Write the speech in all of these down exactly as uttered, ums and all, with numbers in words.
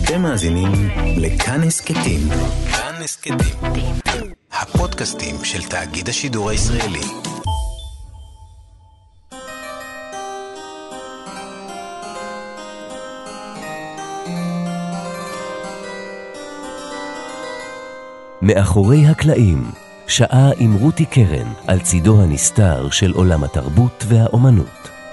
אתם מאזינים לכאן הסקטים. כאן הסקטים. הפודקאסטים של תאגיד השידור הישראלי. מאחורי הקלעים, שעה עם רותי קרן על צידו הנסתר של עולם התרבות והאומנות.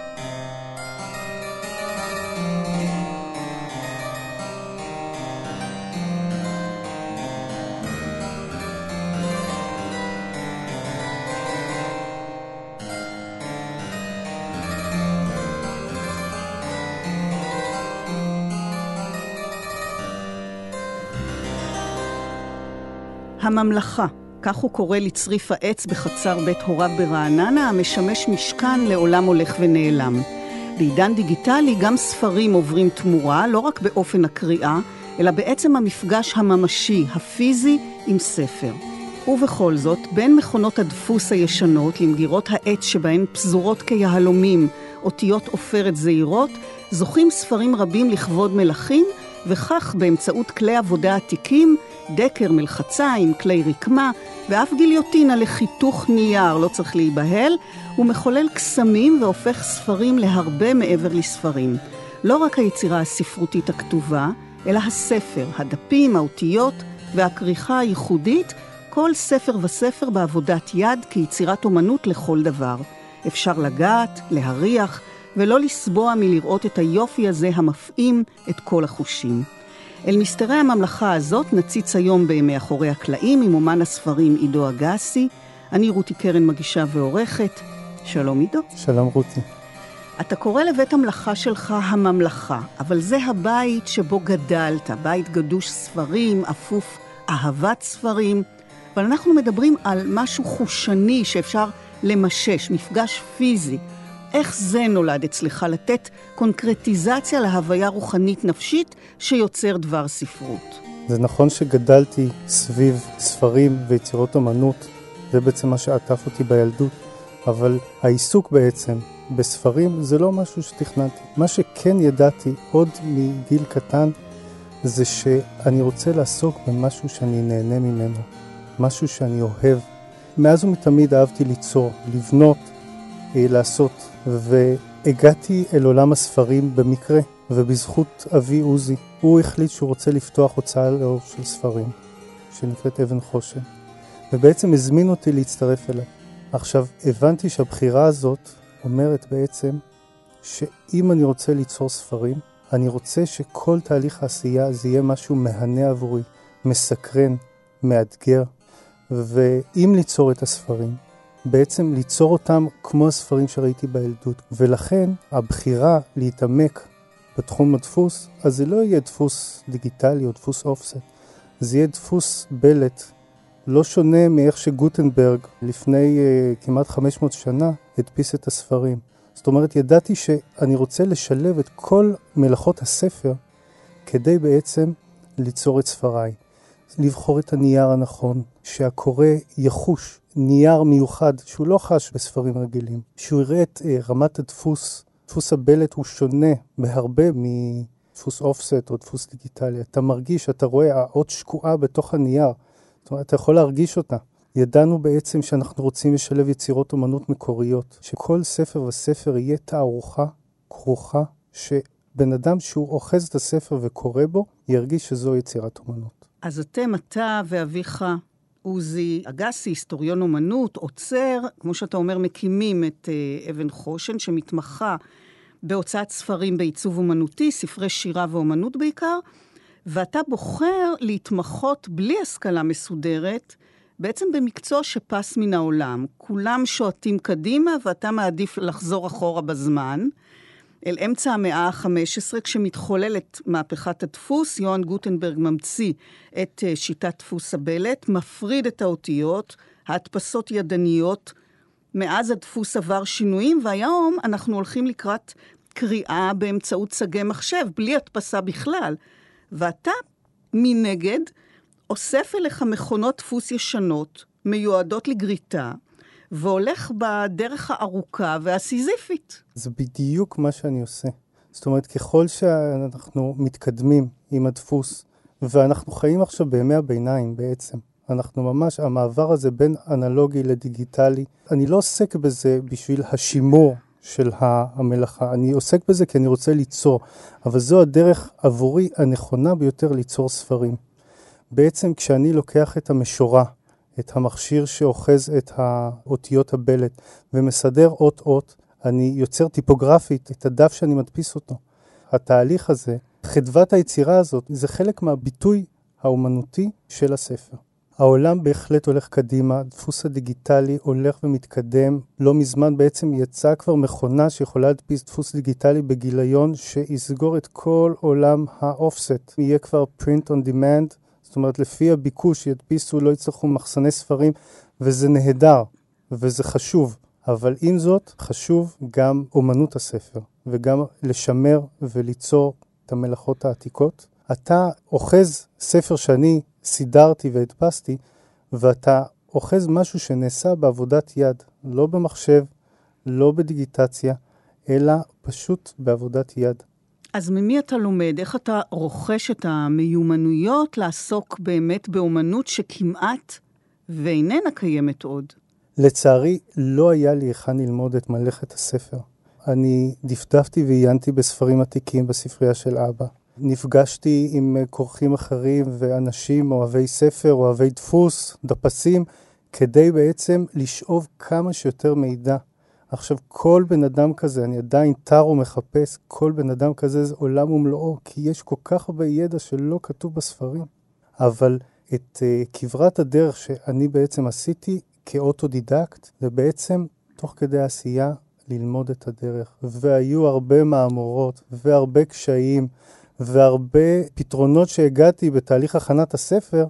הממלכה, כך הוא קורא לצריף העץ בחצר בית הוריו ברעננה, המשמש משכן לעולם הולך ונעלם. בעידן דיגיטלי גם ספרים עוברים תמורה, לא רק באופן הקריאה, אלא בעצם המפגש הממשי, הפיזי, עם ספר. ובכל זאת, בין מכונות הדפוס הישנות למגירות העץ שבהן פזורות כיהלומים, אותיות עופרת זעירות, זוכים ספרים רבים לכבוד מלכים, וכך באמצעות כלי עבודה עתיקים, דקר מלחצה עם כלי רקמה, ואף גיליוטינה לחיתוך נייר, לא צריך להיבהל, הוא מחולל קסמים והופך ספרים להרבה מעבר לספרים. לא רק היצירה הספרותית הכתובה, אלא הספר, הדפים, האותיות והכריכה הייחודית, כל ספר וספר בעבודת יד כיצירת אומנות לכל דבר. אפשר לגעת, להריח, ולא לסבוע מלראות את היופי הזה המפעים את כל החושים. אל מסתרי הממלכה הזאת נציץ היום במאחורי הקלעים עם אומן הספרים עידו אגסי. אני רותי קרן מגישה ועורכת. שלום עידו. שלום רותי. אתה קורא לבית המלאכה שלך הממלכה, אבל זה הבית שבו גדלת, בית גדוש ספרים, אפוף אהבת ספרים, אבל אנחנו מדברים על משהו חושני שאפשר למשש, מפגש פיזי. איך זה נולד אצלך לתת קונקרטיזציה להוויה רוחנית נפשית שיוצר דבר ספרות? זה נכון שגדלתי סביב ספרים ויצירות אומנות, זה בעצם מה שעטף אותי בילדות, אבל העיסוק בעצם בספרים זה לא משהו שתכננתי. מה שכן ידעתי עוד מגיל קטן זה שאני רוצה לעסוק במשהו שאני נהנה ממנו, משהו שאני אוהב. מאז ומתמיד אהבתי ליצור, לבנות, לעשות, והגעתי אל עולם הספרים במקרה, ובזכות אבי עוזי. הוא החליט שהוא רוצה לפתוח הוצאה לאור של ספרים, שנקראת אבן חושן, ובעצם הזמין אותי להצטרף אליו. עכשיו, הבנתי שהבחירה הזאת אומרת בעצם שאם אני רוצה ליצור ספרים, אני רוצה שכל תהליך העשייה זה יהיה משהו מהנה עבורי, מסקרן, מאתגר, ואם ליצור את הספרים, בעצם ליצור אותם כמו הספרים שראיתי בילדות. ולכן הבחירה להתעמק בתחום הדפוס, אז זה לא יהיה דפוס דיגיטלי או דפוס אופסט, זה יהיה דפוס בלט, לא שונה מאיך שגוטנברג לפני uh, כמעט חמש מאות שנה הדפיס את הספרים. זאת אומרת, ידעתי שאני רוצה לשלב את כל מלאכות הספר כדי בעצם ליצור את ספריי. לבחור את הנייר הנכון, שהקורא יחוש נייר מיוחד שהוא לא חש בספרים רגילים, שהוא יראה את אה, רמת הדפוס, דפוס הבלט הוא שונה בהרבה מדפוס אופסט או דפוס דיגיטלי. אתה מרגיש, אתה רואה האות שקועה בתוך הנייר, זאת אומרת, אתה יכול להרגיש אותה. ידענו בעצם שאנחנו רוצים לשלב יצירות אומנות מקוריות, שכל ספר וספר יהיה תערוכה, כרוכה, שבן אדם שהוא אוחז את הספר וקורא בו, ירגיש שזו יצירת אומנות. אז אתם, אתה ואביך עוזי אגסי, היסטוריון אומנות, עוצר, כמו שאתה אומר, מקימים את uh, אבן חושן, שמתמחה בהוצאת ספרים בעיצוב אומנותי, ספרי שירה ואומנות בעיקר, ואתה בוחר להתמחות בלי השכלה מסודרת, בעצם במקצוע שפס מן העולם. כולם שועטים קדימה, ואתה מעדיף לחזור אחורה בזמן, אל אמצע המאה ה-חמש עשרה, כשמתחוללת מהפכת הדפוס, יוהאן גוטנברג ממציא את שיטת דפוס הבלט, מפריד את האותיות, ההדפסות ידניות, מאז הדפוס עבר שינויים, והיום אנחנו הולכים לקראת קריאה באמצעות צגי מחשב, בלי הדפסה בכלל. ואתה מנגד אוסף אליך מכונות דפוס ישנות, מיועדות לגריטה, והולך בדרך הארוכה והסיזיפית. זה בדיוק מה שאני עושה. זאת אומרת, ככל שאנחנו מתקדמים עם הדפוס, ואנחנו חיים עכשיו בימי הביניים בעצם. אנחנו ממש, המעבר הזה בין אנלוגי לדיגיטלי, אני לא עוסק בזה בשביל השימור של המלאכה, אני עוסק בזה כי אני רוצה ליצור, אבל זו הדרך עבורי הנכונה ביותר ליצור ספרים. בעצם כשאני לוקח את המשורה, את המכשיר שאוחז את האותיות הבלט, ומסדר אות אות, אני יוצר טיפוגרפית את הדף שאני מדפיס אותו. התהליך הזה, חדוות היצירה הזאת, זה חלק מהביטוי האומנותי של הספר. העולם בהחלט הולך קדימה, הדפוס הדיגיטלי הולך ומתקדם. לא מזמן בעצם יצאה כבר מכונה שיכולה להדפיס דפוס דיגיטלי בגיליון שיסגור את כל עולם האופסט. יהיה כבר print on demand, זאת אומרת לפי הביקוש ידפיסו, לא יצטרכו מחסני ספרים, וזה נהדר וזה חשוב. אבל עם זאת חשוב גם אומנות הספר, וגם לשמר וליצור את המלאכות העתיקות. אתה אוחז ספר שאני סידרתי והדפסתי, ואתה אוחז משהו שנעשה בעבודת יד, לא במחשב, לא בדיגיטציה, אלא פשוט בעבודת יד. אז ממי אתה לומד? איך אתה רוכש את המיומנויות לעסוק באמת באומנות שכמעט ואיננה קיימת עוד? לצערי לא היה לי היכן ללמוד את מלאכת הספר. אני דפדפתי ועיינתי בספרים עתיקים בספרייה של אבא. נפגשתי עם קורחים אחרים ואנשים, אוהבי ספר, אוהבי דפוס, דפסים, כדי בעצם לשאוב כמה שיותר מידע. עכשיו, כל בן אדם כזה, אני עדיין תר ומחפש, כל בן אדם כזה זה עולם ומלואו, כי יש כל כך הרבה ידע שלא כתוב בספרים. אבל את uh, כברת הדרך שאני בעצם עשיתי כאוטודידקט, זה בעצם תוך כדי עשייה ללמוד את הדרך. והיו הרבה מאמורות והרבה קשיים, והרבה פתרונות שהגעתי בתהליך הכנת הספר,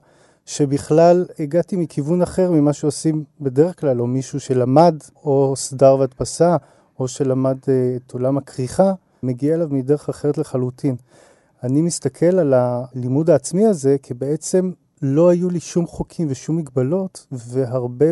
שבכלל הגעתי מכיוון אחר ממה שעושים בדרך כלל, או מישהו שלמד, או סדר והדפסה, או שלמד את עולם הכריכה, מגיע אליו מדרך אחרת לחלוטין. אני מסתכל על הלימוד העצמי הזה, כי בעצם לא היו לי שום חוקים ושום מגבלות, והרבה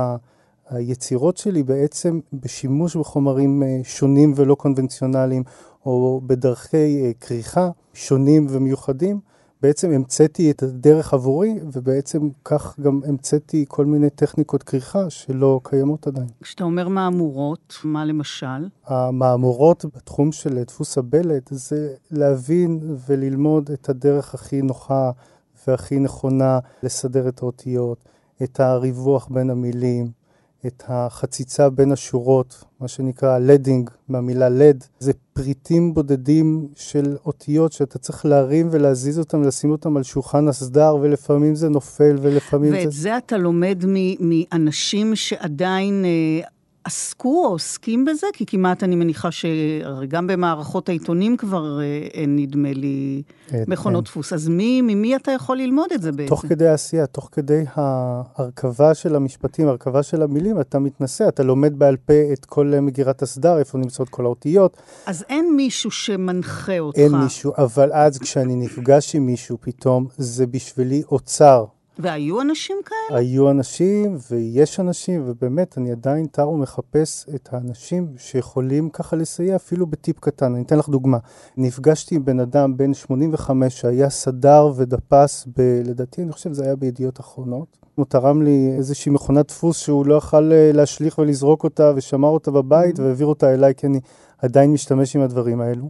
מהיצירות שלי בעצם בשימוש בחומרים שונים ולא קונבנציונליים, או בדרכי כריכה שונים ומיוחדים, בעצם המצאתי את הדרך עבורי, ובעצם כך גם המצאתי כל מיני טכניקות כריכה שלא קיימות עדיין. כשאתה אומר מאמורות, מה למשל? המאמורות בתחום של דפוס הבלט, זה להבין וללמוד את הדרך הכי נוחה והכי נכונה לסדר את האותיות, את הריווח בין המילים, את החציצה בין השורות, מה שנקרא לדינג, מהמילה לד. זה פריטים בודדים של אותיות שאתה צריך להרים ולהזיז אותם, לשים אותם על שולחן הסדר, ולפעמים זה נופל ולפעמים ואת זה... ואת זה אתה לומד מאנשים שעדיין אה, עסקו או עוסקים בזה? כי כמעט אני מניחה שגם במערכות העיתונים כבר אה, נדמה לי מכונות דפוס. אז מי, ממי אתה יכול ללמוד את זה בעצם? תוך כדי העשייה, תוך כדי ההרכבה של המשפטים, ההרכבה של המילים, אתה מתנסה, אתה לומד בעל פה את כל מגירת הסדר, איפה נמצאות כל האותיות. אז אין מישהו שמנחה אותך. אין מישהו, אבל אז כשאני נפגש עם מישהו פתאום, זה בשבילי אוצר. והיו אנשים כאלה? היו אנשים ויש אנשים, ובאמת אני עדיין תר ומחפש את האנשים שיכולים ככה לסייע אפילו בטיפ קטן. אני אתן לך דוגמה. נפגשתי עם בן אדם בן שמונים וחמש שהיה סדר ודפס, ב, לדעתי אני חושב זה היה בידיעות אחרונות. הוא תרם לי איזושהי מכונת דפוס שהוא לא יכל להשליך ולזרוק אותה ושמר אותה בבית mm-hmm. והעביר אותה אליי, כי אני עדיין משתמש עם הדברים האלו.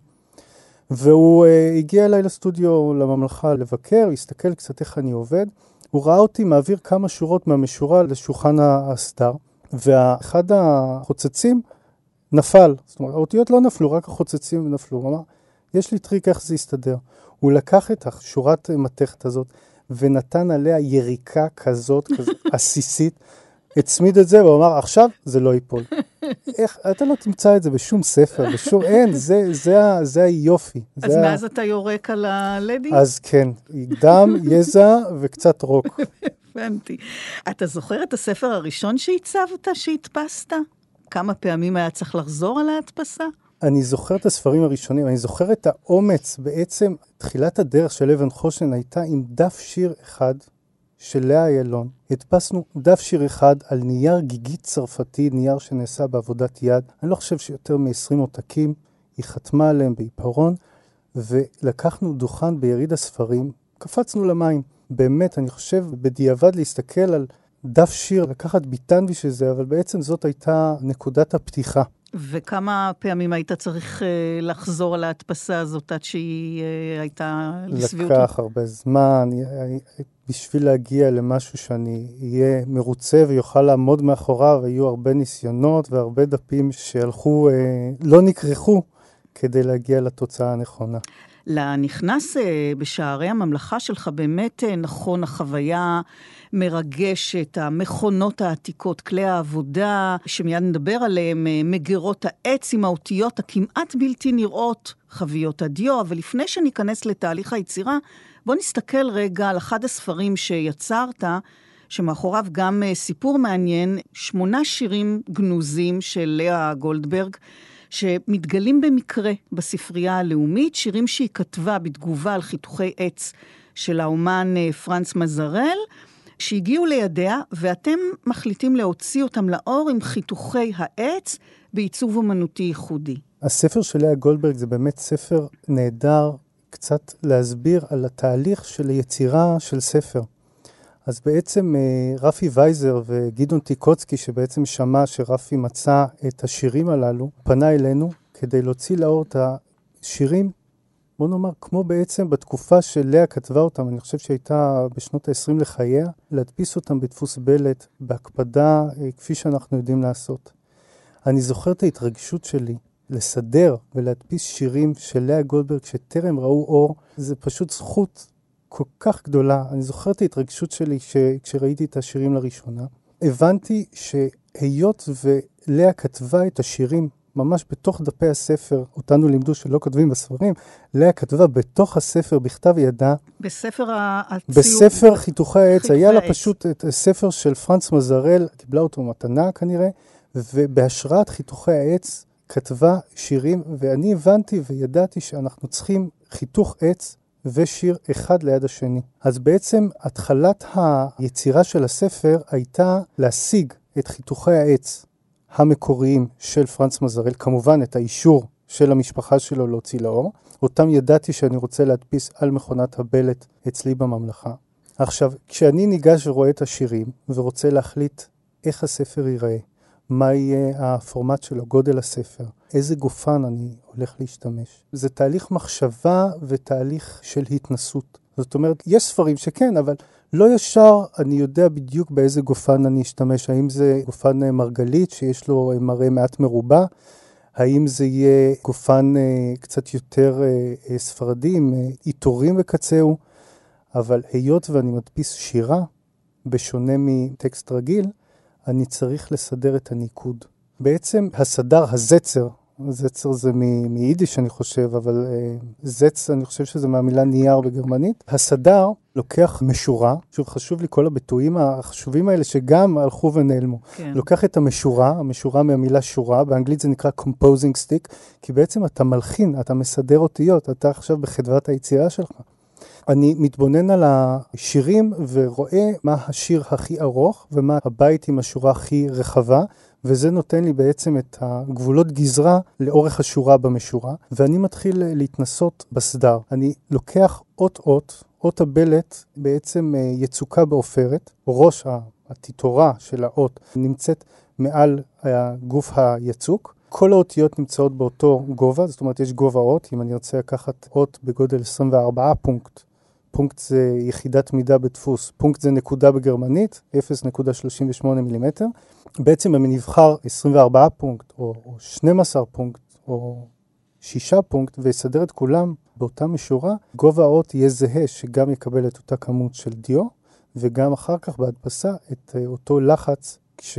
והוא uh, הגיע אליי לסטודיו לממלכה לבקר, הסתכל קצת איך אני עובד. הוא ראה אותי מעביר כמה שורות מהמשורה לשולחן הסדר, ואחד החוצצים נפל. זאת אומרת, האותיות לא נפלו, רק החוצצים נפלו. הוא אמר, יש לי טריק איך זה יסתדר. הוא לקח את השורת מתכת הזאת, ונתן עליה יריקה כזאת, כזאת עסיסית, הצמיד את זה, והוא אמר, עכשיו זה לא ייפול. איך, אתה לא תמצא את זה בשום ספר, בשום, אין, זה, זה, זה היופי. אז זה מאז ה... אתה יורק על הלדים? אז כן, דם, יזע וקצת רוק. הבנתי. אתה זוכר את הספר הראשון שהצבת, שהדפסת? כמה פעמים היה צריך לחזור על ההדפסה? אני זוכר את הספרים הראשונים, אני זוכר את האומץ, בעצם תחילת הדרך של אבן חושן הייתה עם דף שיר אחד, של לאה איילון. הדפסנו דף שיר אחד על נייר גיגית צרפתי, נייר שנעשה בעבודת יד. אני לא חושב שיותר מ-עשרים עותקים, היא חתמה עליהם בעיפרון, ולקחנו דוכן ביריד הספרים, קפצנו למים. באמת, אני חושב, בדיעבד להסתכל על דף שיר, לקחת ביטן בשביל זה, אבל בעצם זאת הייתה נקודת הפתיחה. וכמה פעמים היית צריך uh, לחזור על ההדפסה הזאת עד שהיא uh, הייתה לסביעות? לקח הרבה זמן, בשביל להגיע למשהו שאני אהיה מרוצה ויוכל לעמוד מאחוריו, היו הרבה ניסיונות והרבה דפים שהלכו, uh, לא נקרחו כדי להגיע לתוצאה הנכונה. לנכנס בשערי הממלכה שלך באמת נכון, החוויה מרגשת, המכונות העתיקות, כלי העבודה, שמיד נדבר עליהם, מגירות העץ עם האותיות הכמעט בלתי נראות, חביות הדיו, אבל לפני שניכנס לתהליך היצירה, בוא נסתכל רגע על אחד הספרים שיצרת, שמאחוריו גם סיפור מעניין, שמונה שירים גנוזים של לאה גולדברג, שמתגלים במקרה בספרייה הלאומית, שירים שהיא כתבה בתגובה על חיתוכי עץ של האומן פרנץ מזרל, שהגיעו לידיה, ואתם מחליטים להוציא אותם לאור עם חיתוכי העץ בעיצוב אומנותי ייחודי. הספר של לאה גולדברג זה באמת ספר נהדר, קצת להסביר על התהליך של היצירה של ספר. אז בעצם רפי וייזר וגידון טיקוצקי, שבעצם שמע שרפי מצא את השירים הללו, פנה אלינו כדי להוציא לאור את השירים, בוא נאמר, כמו בעצם בתקופה של לאה כתבה אותם, אני חושב שהייתה בשנות ה-עשרים לחייה, להדפיס אותם בדפוס בלט, בהקפדה, כפי שאנחנו יודעים לעשות. אני זוכר את ההתרגשות שלי לסדר ולהדפיס שירים של לאה גולדברג שטרם ראו אור, זה פשוט זכות כל כך גדולה. אני זוכר את ההתרגשות שלי ש... כשראיתי את השירים לראשונה. הבנתי שהיות ולאה כתבה את השירים ממש בתוך דפי הספר, אותנו לימדו שלא כותבים בספרים, לאה כתבה בתוך הספר בכתב ידה. בספר הציור. בספר חיתוכי העץ. היה לה פשוט את הספר של פרנץ מזרל, קיבלה אותו מתנה כנראה, ובהשראת חיתוכי העץ כתבה שירים, ואני הבנתי וידעתי שאנחנו צריכים חיתוך עץ ושיר אחד ליד השני. אז בעצם התחלת היצירה של הספר הייתה להשיג את חיתוכי העץ המקוריים של פרנץ מזרל, כמובן את האישור של המשפחה שלו להוציא לאור, אותם ידעתי שאני רוצה להדפיס על מכונת הבלט אצלי בממלכה. עכשיו, כשאני ניגש ורואה את השירים ורוצה להחליט איך הספר ייראה, מה יהיה הפורמט שלו, גודל הספר, איזה גופן אני הולך להשתמש. זה תהליך מחשבה ותהליך של התנסות. זאת אומרת, יש ספרים שכן, אבל לא ישר אני יודע בדיוק באיזה גופן אני אשתמש. האם זה גופן מרגלית שיש לו מראה מעט מרובע, האם זה יהיה גופן אה, קצת יותר אה, ספרדי, עם אה, עיטורים בקצהו, אבל היות ואני מדפיס שירה, בשונה מטקסט רגיל, אני צריך לסדר את הניקוד. בעצם הסדר, הזצר, זצר זה מ- מיידיש אני חושב, אבל uh, זץ אני חושב שזה מהמילה נייר בגרמנית. הסדר לוקח משורה, שוב חשוב לי כל הביטויים החשובים האלה שגם הלכו ונעלמו. כן. לוקח את המשורה, המשורה מהמילה שורה, באנגלית זה נקרא composing stick, כי בעצם אתה מלחין, אתה מסדר אותיות, אתה עכשיו בחדוות היצירה שלך. אני מתבונן על השירים ורואה מה השיר הכי ארוך ומה הבית עם השורה הכי רחבה, וזה נותן לי בעצם את הגבולות גזרה לאורך השורה במשורה, ואני מתחיל להתנסות בסדר. אני לוקח אות אות, אות הבלט בעצם יצוקה באופרת, ראש התיתורה של האות נמצאת מעל הגוף היצוק, כל האותיות נמצאות באותו גובה, זאת אומרת יש גובה אות, אם אני רוצה לקחת אות בגודל עשרים וארבעה פונקט, פונקט זה יחידת מידה בדפוס, פונקט זה נקודה בגרמנית, אפס נקודה שלושים ושמונה מילימטר. בעצם אם אני נבחר עשרים וארבעה פונקט, או, או שנים עשר פונקט, או שישה פונקט, ויסדר את כולם באותה משורה, גובה האות יהיה זהה, שגם יקבל את אותה כמות של דיו, וגם אחר כך בהדפסה את אותו לחץ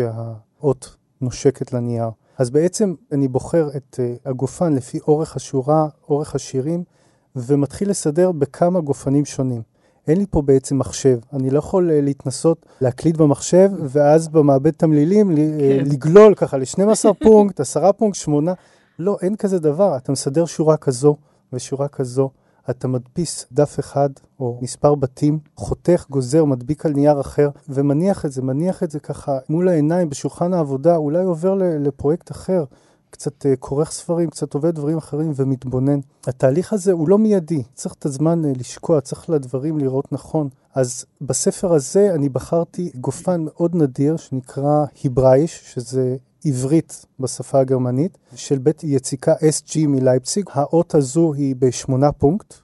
כשהאות נושקת לנייר. אז בעצם אני בוחר את הגופן לפי אורך השורה, אורך השירים, ומתחיל לסדר בכמה גופנים שונים. אין לי פה בעצם מחשב. אני לא יכול להתנסות להקליד במחשב, ואז במעבד תמלילים כן. לגלול ככה ל-שנים עשר פונקט, עשרה פונקט, שמונה. לא, אין כזה דבר. אתה מסדר שורה כזו ושורה כזו. אתה מדפיס דף אחד או מספר בתים, חותך, גוזר, מדביק על נייר אחר, ומניח את זה, מניח את זה ככה מול העיניים בשולחן העבודה, אולי עובר לפרויקט אחר, קצת כורך ספרים, קצת עובד דברים אחרים ומתבונן. התהליך הזה הוא לא מיידי, צריך את הזמן לשקוע, צריך לדברים לראות נכון. אז בספר הזה אני בחרתי גופן מאוד נדיר שנקרא היברייש, שזה עברית בשפה הגרמנית, של בית יציקה אס ג'י מלייפציג. האות הזו היא בשמונה פונקט,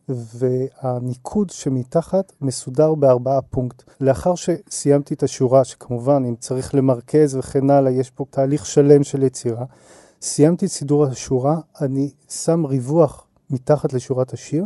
והניקוד שמתחת מסודר בארבעה פונקט. לאחר שסיימתי את השורה, שכמובן אם צריך למרכז וכן הלאה, יש פה תהליך שלם של יצירה, סיימתי את סידור השורה, אני שם ריווח מתחת לשורת השיר,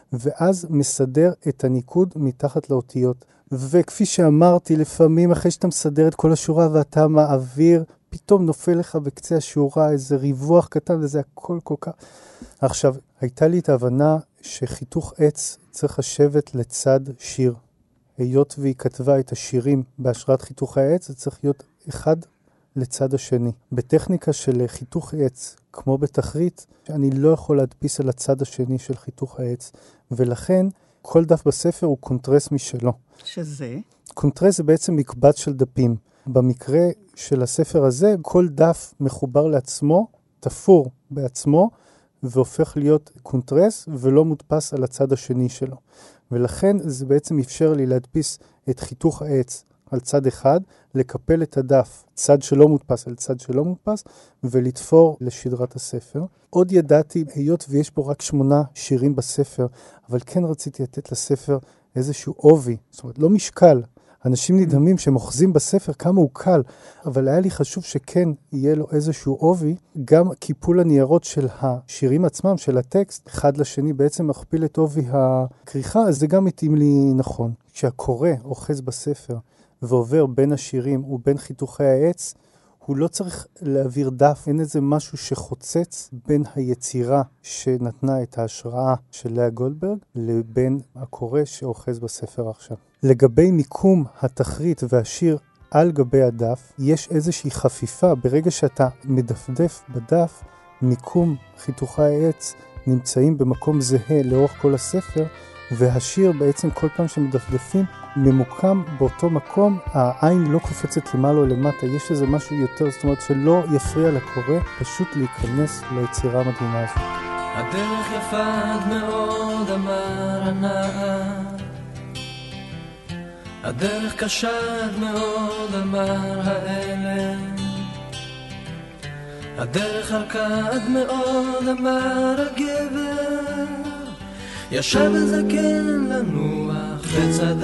ואז מסדר את הניקוד מתחת לאותיות. וכפי שאמרתי, לפעמים אחרי שאתה מסדר את כל השורה ואתה מעביר, פתאום נופל לך בקצה השורה איזה ריווח קטן, וזה הכל כל כך... עכשיו, הייתה לי את ההבנה שחיתוך עץ צריך לשבת לצד שיר. היות והיא כתבה את השירים בהשראת חיתוך העץ, זה צריך להיות אחד לצד השני. בטכניקה של חיתוך עץ, כמו בתחרית, אני לא יכול להדפיס על הצד השני של חיתוך העץ, ולכן כל דף בספר הוא קונטרס משלו. שזה? קונטרס זה בעצם מקבץ של דפים. במקרה של הספר הזה, כל דף מחובר לעצמו, תפור בעצמו, והופך להיות קונטרס ולא מודפס על הצד השני שלו. ולכן זה בעצם אפשר לי להדפיס את חיתוך העץ על צד אחד, לקפל את הדף, צד שלא מודפס על צד שלא מודפס, ולתפור לשדרת הספר. עוד ידעתי, היות ויש פה רק שמונה שירים בספר, אבל כן רציתי לתת לספר איזשהו עובי, זאת אומרת, לא משקל. אנשים נדהמים שמוחזים בספר כמה הוא קל, אבל היה לי חשוב שכן יהיה לו איזשהו עובי, גם קיפול הניירות של השירים עצמם, של הטקסט, אחד לשני בעצם מכפיל את עובי הכריכה, אז זה גם מתאים לי נכון. כשהקורא אוחז בספר ועובר בין השירים ובין חיתוכי העץ, הוא לא צריך להעביר דף, אין איזה משהו שחוצץ בין היצירה שנתנה את ההשראה של לאה גולדברג, לבין הקורא שאוחז בספר עכשיו. לגבי מיקום התחרית והשיר על גבי הדף, יש איזושהי חפיפה. ברגע שאתה מדפדף בדף, מיקום חיתוכי העץ נמצאים במקום זהה לאורך כל הספר, והשיר בעצם כל פעם שמדפדפים ממוקם באותו מקום, העין לא קופצת למעלה או למטה, יש איזה משהו יותר, זאת אומרת שלא יפריע לקורא, פשוט להיכנס ליצירה המדהימה הזאת. הדרך יפה מאוד אמר הנער, הדרך קשה מאוד אמר האלם, הדרך ארכה מאוד אמר הגבר, ישב הזקן לנוח בצד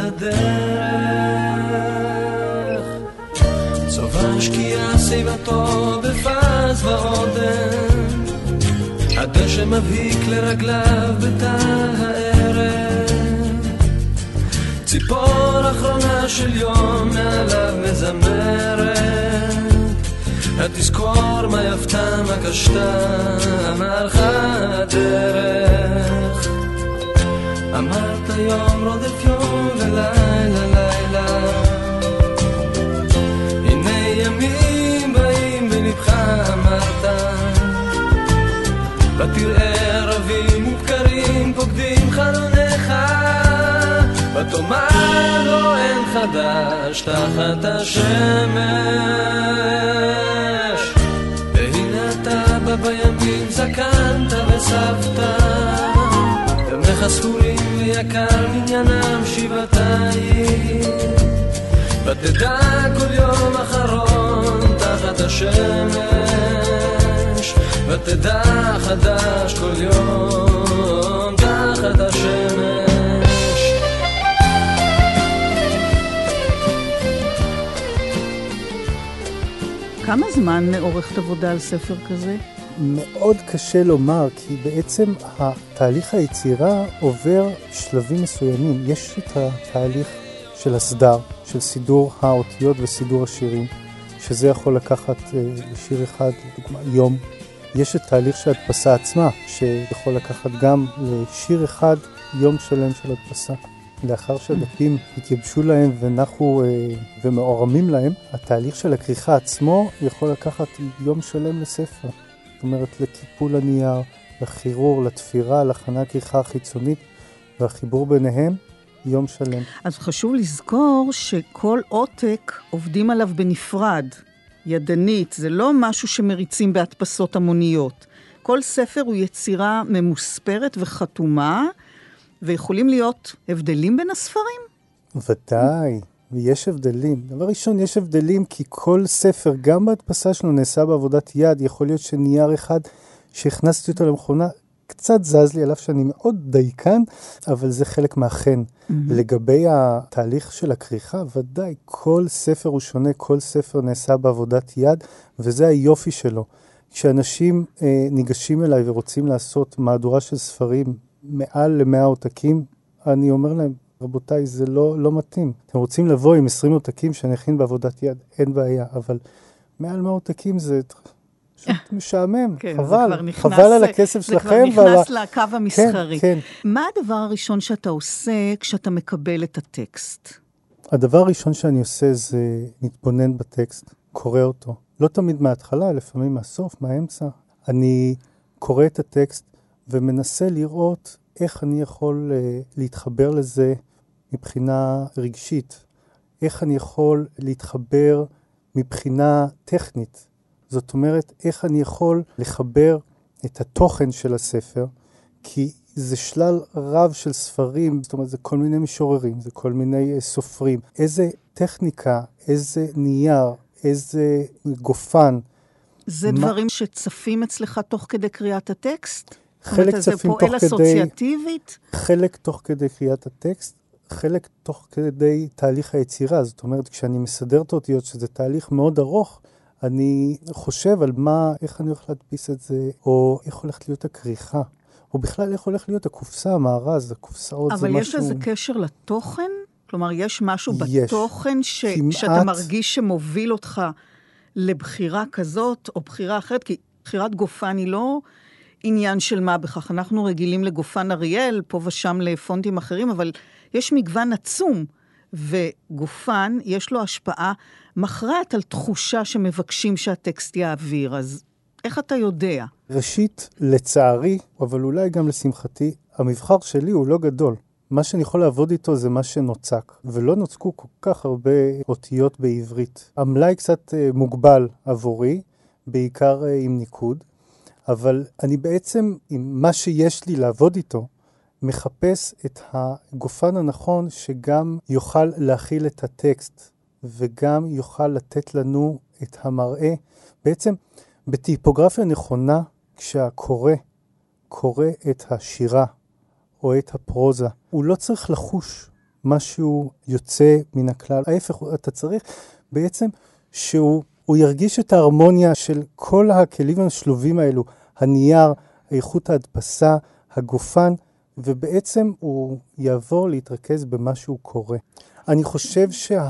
הדרך, צובה שקיעה סביבתו בפז ועודן, הדשא מבהיק לרגליו בתא הערב, ציפור אחרונה של יום מעליו מזמרת, התזכור מה יפתה מה קשתה המלכה הדרך, אמרת יום רודף יום ולילה לילה, הנה ימים באים בלבך אמרת, ותראה ערבים ובקרים פוקדים חלונך, ותאמר לו אין חדש תחת השמש, והנה אתה בא בימים זקנת וסבתא, ימיך ספורים ויקר מניינם שבעתיים, ותדע כל יום אחרון תחת השמש, ותדע חדש כל יום תחת השמש. כמה זמן עורכת עבודה על ספר כזה? מאוד קשה לומר, כי בעצם התהליך היצירה עובר שלבים מסוימים. יש את התהליך של הסדר, של סידור האותיות וסידור השירים, שזה יכול לקחת לשיר אחד, לדוגמה, יום. יש את תהליך של הדפסה עצמה, שיכול לקחת גם לשיר אחד יום שלם של הדפסה. לאחר שהדפים התייבשו להם ונחו אה, ומעורמים להם, התהליך של הכריכה עצמו יכול לקחת יום שלם לספר. זאת אומרת, לקיפול הנייר, לחירור, לתפירה, להכנה הכריכה החיצונית, והחיבור ביניהם, יום שלם. אז חשוב לזכור שכל עותק עובדים עליו בנפרד. ידנית, זה לא משהו שמריצים בהדפסות המוניות. כל ספר הוא יצירה ממוספרת וחתומה, ויכולים להיות הבדלים בין הספרים? ודאי, ויש הבדלים. דבר ראשון, יש הבדלים כי כל ספר, גם בהדפסה שלו נעשה בעבודת יד, יכול להיות שנייר אחד שהכנסתי אותו למכונה, קצת זז לי עליו שאני מאוד דייקן, אבל זה חלק מהחן. Mm-hmm. לגבי התהליך של הכריכה, ודאי, כל ספר הוא שונה, כל ספר נעשה בעבודת יד, וזה היופי שלו. כשאנשים אה, ניגשים אליי ורוצים לעשות מהדורה של ספרים מעל למאה עותקים, אני אומר להם, רבותיי, זה לא, לא מתאים. אתם רוצים לבוא עם עשרים עותקים שנכין בעבודת יד, אין בעיה, אבל מעל מאה עותקים זה פשוט משעמם, כן, חבל, חבל על הכסף שלכם. זה כבר נכנס ועל... לקו המסחרי. כן, כן. מה הדבר הראשון שאתה עושה כשאתה מקבל את הטקסט? הדבר הראשון שאני עושה זה מתבונן בטקסט, קורא אותו. לא תמיד מההתחלה, לפעמים מהסוף, מהאמצע. אני קורא את הטקסט ומנסה לראות איך אני יכול uh, להתחבר לזה מבחינה רגשית. איך אני יכול להתחבר מבחינה טכנית. זאת אומרת, איך אני יכול לחבר את התוכן של הספר, כי זה שלל רב של ספרים, זאת אומרת, זה כל מיני משוררים, זה כל מיני uh, סופרים. איזה טכניקה, איזה נייר, איזה גופן. זה מה... דברים שצפים אצלך תוך כדי קריאת הטקסט? חלק צפים תוך כדי... זה פועל אסוציאטיבית? חלק תוך כדי קריאת הטקסט, חלק תוך כדי תהליך היצירה. זאת אומרת, כשאני מסדר את האותיות, שזה תהליך מאוד ארוך, אני חושב על מה, איך אני הולך להדפיס את זה, או איך הולכת להיות הכריכה, או בכלל איך הולך להיות הקופסה, המארז, הקופסאות, זה משהו... אבל יש לזה קשר לתוכן? כלומר, יש משהו יש. בתוכן ש... כמעט... שאתה מרגיש שמוביל אותך לבחירה כזאת או בחירה אחרת, כי בחירת גופן היא לא עניין של מה בכך. אנחנו רגילים לגופן אריאל, פה ושם לפונטים אחרים, אבל יש מגוון עצום, וגופן יש לו השפעה מכרעת על תחושה שמבקשים שהטקסט יעביר. אז איך אתה יודע? ראשית, לצערי, אבל אולי גם לשמחתי, המבחר שלי הוא לא גדול. מה שאני יכול לעבוד איתו זה מה שנוצק, ולא נוצקו כל כך הרבה אותיות בעברית. המלאי קצת מוגבל עבורי, בעיקר עם ניקוד, אבל אני בעצם, עם מה שיש לי לעבוד איתו, מחפש את הגופן הנכון שגם יוכל להכיל את הטקסט, וגם יוכל לתת לנו את המראה. בעצם, בטיפוגרפיה נכונה, כשהקורא קורא את השירה, או את הפרוזה. הוא לא צריך לחוש משהו יוצא מן הכלל. ההפך, אתה צריך בעצם שהוא הוא ירגיש את ההרמוניה של כל הכלים השלובים האלו, הנייר, איכות ההדפסה, הגופן, ובעצם הוא יעבור להתרכז במה שהוא קורא. אני חושב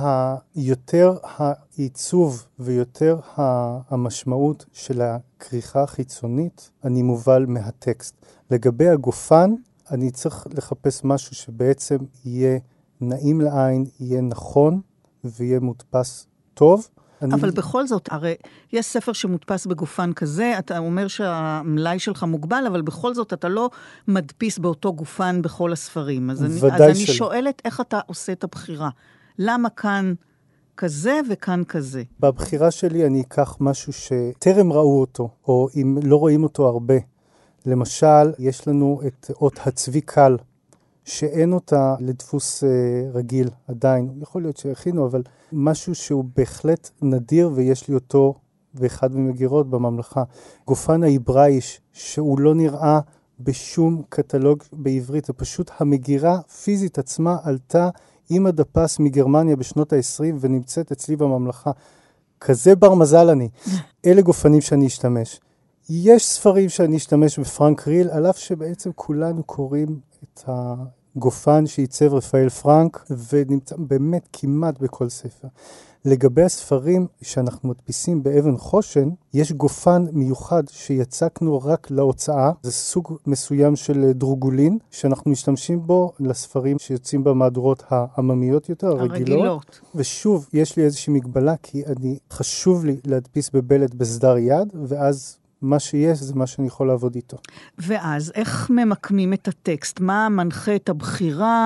שהיותר העיצוב ויותר המשמעות של הכריכה החיצונית, אני מובל מהטקסט. לגבי הגופן, אני צריך לחפש משהו שבעצם יהיה נעים לעין, יהיה נכון ויהיה מודפס טוב. אבל אני... בכל זאת, הרי יש ספר שמודפס בגופן כזה, אתה אומר שהמלאי שלך מוגבל, אבל בכל זאת אתה לא מדפיס באותו גופן בכל הספרים. אז אני, אז אני שואלת איך אתה עושה את הבחירה. למה כאן כזה וכאן כזה? בבחירה שלי אני אקח משהו שטרם ראו אותו, או אם לא רואים אותו הרבה. למשל, יש לנו את אות הצבי קל, שאין אותה לדפוס uh, רגיל עדיין. יכול להיות שהכינו, אבל משהו שהוא בהחלט נדיר, ויש לי אותו באחד ממגירות בממלכה. גופן האיברייש, שהוא לא נראה בשום קטלוג בעברית, זה פשוט המגירה פיזית עצמה עלתה עם הדפס מגרמניה בשנות ה-עשרים, ונמצאת אצלי בממלכה. כזה בר מזל אני. אלה גופנים שאני אשתמש. יש ספרים שאני אשתמש בפרנק ריל, על אף שבעצם כולנו קוראים את הגופן שייצב רפאל פרנק, ונמצא באמת כמעט בכל ספר. לגבי הספרים שאנחנו מדפיסים באבן חושן, יש גופן מיוחד שיצקנו רק להוצאה. זה סוג מסוים של דרוגולין, שאנחנו משתמשים בו לספרים שיוצאים במהדורות העממיות יותר, הרגילות. הרגילות. ושוב, יש לי איזושהי מגבלה, כי אני, חשוב לי להדפיס בבלט בסדר יד, ואז מה שיש זה מה שאני יכול לעבוד איתו. ואז איך ממקמים את הטקסט? מה מנחה את הבחירה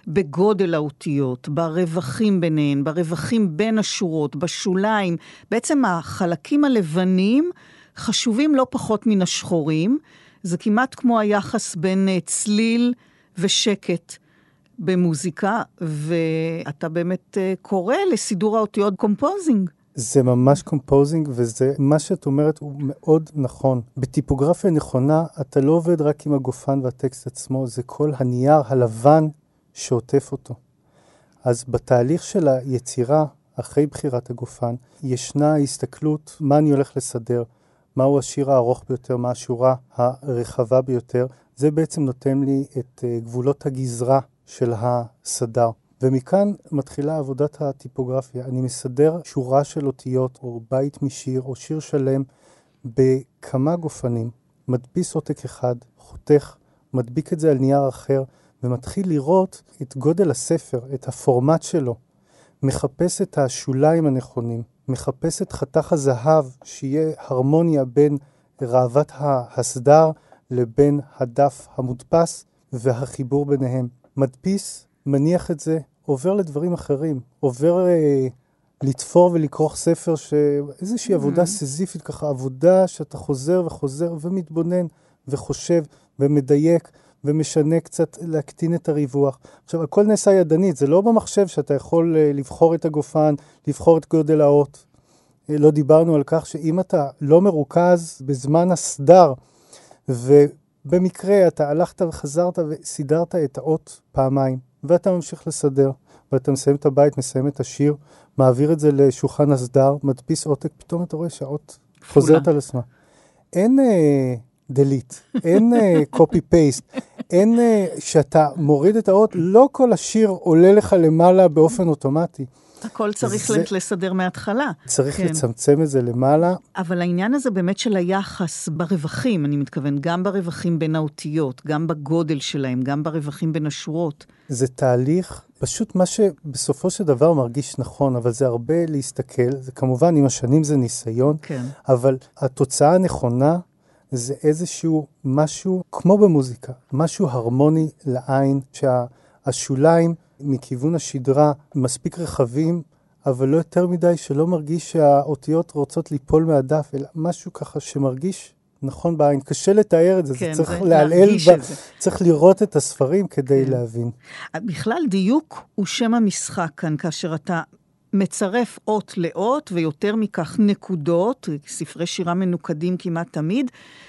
בגודל האותיות, ברווחים ביניהן, ברווחים בין השורות, בשוליים. בעצם החלקים הלבנים חשובים לא פחות מן השחורים. זה כמעט כמו היחס בין צליל ושקט במוזיקה, ואתה באמת קורא לסידור האותיות קומפוזינג. זה ממש קומפוזינג, וזה מה שאת אומרת הוא מאוד נכון. בטיפוגרפיה נכונה, אתה לא עובד רק עם הגופן והטקסט עצמו, זה כל הנייר הלבן שעוטף אותו. אז בתהליך של היצירה, אחרי בחירת הגופן, ישנה הסתכלות מה אני הולך לסדר, מהו השיר הארוך ביותר, מה השורה הרחבה ביותר. זה בעצם נותן לי את גבולות הגזרה של הסדר. ומכאן מתחילה עבודת הטיפוגרפיה. אני מסדר שורה של אותיות, או בית משיר, או שיר שלם, בכמה גופנים. מדפיס עותק אחד, חותך, מדביק את זה על נייר אחר, ומתחיל לראות את גודל הספר, את הפורמט שלו. מחפש את השוליים הנכונים, מחפש את חתך הזהב, שיהיה הרמוניה בין רעבת הסדר לבין הדף המודפס והחיבור ביניהם. מדפיס, מניח את זה, עובר לדברים אחרים, עובר אה, לתפור ולקרוח ספר, שאיזושהי עבודה סזיפית ככה, עבודה שאתה חוזר וחוזר ומתבונן וחושב ומדייק ומשנה קצת להקטין את הריווח. עכשיו, הכל נעשה ידנית, זה לא במחשב שאתה יכול אה, לבחור את הגופן, לבחור את גודל האות. אה, לא דיברנו על כך שאם אתה לא מרוכז בזמן הסדר, ובמקרה אתה הלכת וחזרת וסידרת את האות פעמיים, ואתה ממשיך לסדר, ואתה מסיים את הבית, מסיים את השיר, מעביר את זה לשולחן הסדר, מדפיס עותק, פתאום אתה רואה שהאות חוזרת על עצמה. אין דליט, אין קופי פייסט, אין שאתה מוריד את האות, לא כל השיר עולה לך למעלה באופן אוטומטי. הכל צריך זה... לסדר מההתחלה. צריך כן. לצמצם את זה למעלה. אבל העניין הזה באמת של היחס ברווחים, אני מתכוון, גם ברווחים בין האותיות, גם בגודל שלהם, גם ברווחים בין השורות. זה תהליך, פשוט מה שבסופו של דבר מרגיש נכון, אבל זה הרבה להסתכל, זה כמובן עם השנים זה ניסיון, כן. אבל התוצאה הנכונה זה איזשהו משהו, כמו במוזיקה, משהו הרמוני לעין, שהשוליים מכיוון השדרה מספיק רחבים, אבל לא יותר מדי שלא מרגיש שהאותיות רוצות ליפול מהדף, אלא משהו ככה שמרגיש נכון בעין. קשה לתאר את זה, כן, זה צריך זה להעלל, ב... זה. צריך לראות את הספרים כדי כן. להבין. בכלל דיוק הוא שם המשחק כאן, כאשר אתה מצרף אות לאות, ויותר מכך נקודות, ספרי שירה מנוקדים כמעט תמיד,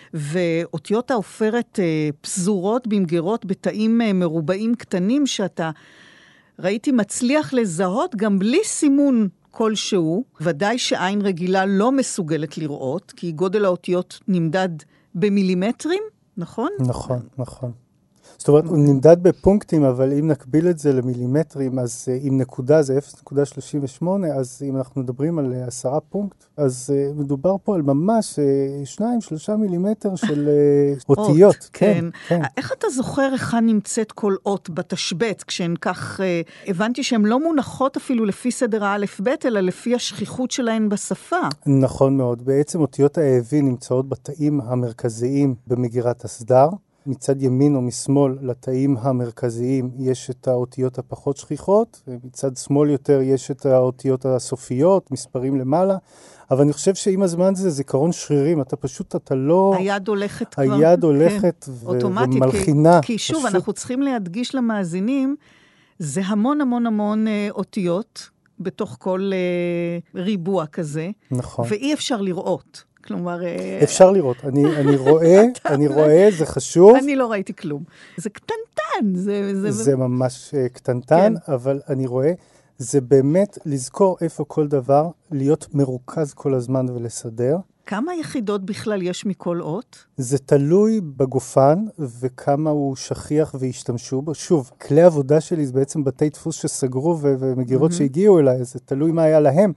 ואותיות העופרת פזורות במגירות בתאים מרובעים קטנים, שאתה ראיתי מצליח לזהות גם בלי סימון כלשהו, ודאי שעין רגילה לא מסוגלת לראות, כי גודל האותיות נמדד במילימטרים, נכון? נכון, נכון. זאת אומרת, הוא נמדד בפונקטים, אבל אם נקביל את זה למילימטרים, אז עם נקודה זה אפס נקודה שלושים ושמונה, אז אם אנחנו מדברים על עשרה פונקט, אז מדובר פה על ממש שניים, שלושה מילימטר של אותיות. כן, כן. איך אתה זוכר איך נמצאת כל אות בתשבט, כשהן כך, הבנתי שהן לא מונחות אפילו לפי סדר האלף בית, אלא לפי השכיחות שלהן בשפה. נכון מאוד. בעצם אותיות האהבי נמצאות בתאים המרכזיים במגירת הסדר, מצד ימין או משמאל לתאים המרכזיים יש את האותיות הפחות שכיחות, ומצד שמאל יותר יש את האותיות הסופיות, מספרים למעלה, אבל אני חושב שעם הזמן זה זיכרון שרירים, אתה פשוט, אתה לא... היד הולכת כבר. היד הולכת כן, ו... אוטומטית, ומלחינה. כי, כי שוב, פשוט... אנחנו צריכים להדגיש למאזינים, זה המון המון המון אה, אותיות, בתוך כל אה, ריבוע כזה, נכון. ואי אפשר לראות. כלומר... אפשר לראות. אני, אני רואה, אני רואה, זה חשוב. אני לא ראיתי כלום. זה קטנטן. זה, זה... זה ממש קטנטן, כן. אבל אני רואה, זה באמת לזכור איפה כל דבר, להיות מרוכז כל הזמן ולסדר. כמה יחידות בכלל יש מכל אות? זה תלוי בגופן, וכמה הוא שכיח והשתמשו בו. שוב, כלי עבודה שלי זה בעצם בתי דפוס שסגרו, ו- ומגירות mm-hmm. שהגיעו אליי, זה תלוי מה היה להם.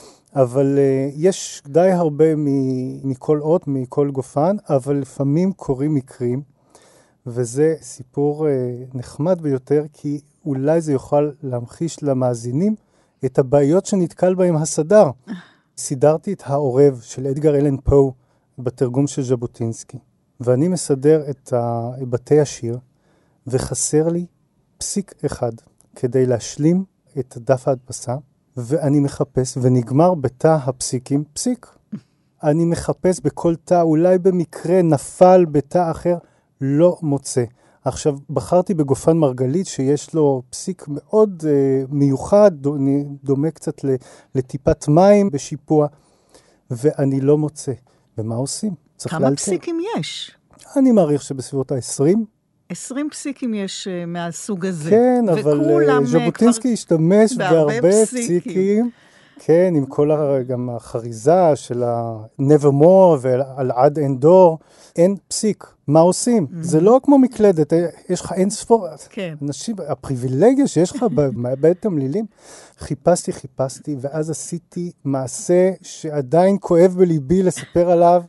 אבל uh, יש די הרבה מ- מכל אות, מכל גופן, אבל לפעמים קורים מקרים, וזה סיפור uh, נחמד ביותר, כי אולי זה יוכל להמחיש למאזינים את הבעיות שנתקל בהם הסדר. סידרתי את העורב של אדגר אלן פו בתרגום של ז'בוטינסקי, ואני מסדר את בתי השיר, וחסר לי פסיק אחד. כדי להשלים את דף ההדפסה, ואני מחפש, ונגמר בתא הפסיקים פסיק. אני מחפש בכל תא, אולי במקרה נפל בתא אחר, לא מוצא. עכשיו, בחרתי בגופן מרגלית, שיש לו פסיק מאוד uh, מיוחד, דומה קצת לטיפת מים בשיפוע, ואני לא מוצא. ומה עושים? כמה להלתר. פסיקים יש? אני מעריך שבסביבות ה-עשרים. עשרים פסיקים יש uh, מהסוג הזה. כן, אבל uh, ז'בוטינסקי uh, השתמש בהרבה פסיקים. פסיקים. כן, עם כל הר... גם החריזה של ה-Nevermore ועל עד אין דור, אין פסיק. מה עושים? Mm-hmm. זה לא כמו מקלדת, יש לך אין ספור. כן. אנשים, הפריבילגיה שיש לך בבית תמלילים, חיפשתי, חיפשתי, ואז עשיתי מעשה שעדיין כואב בליבי לספר עליו.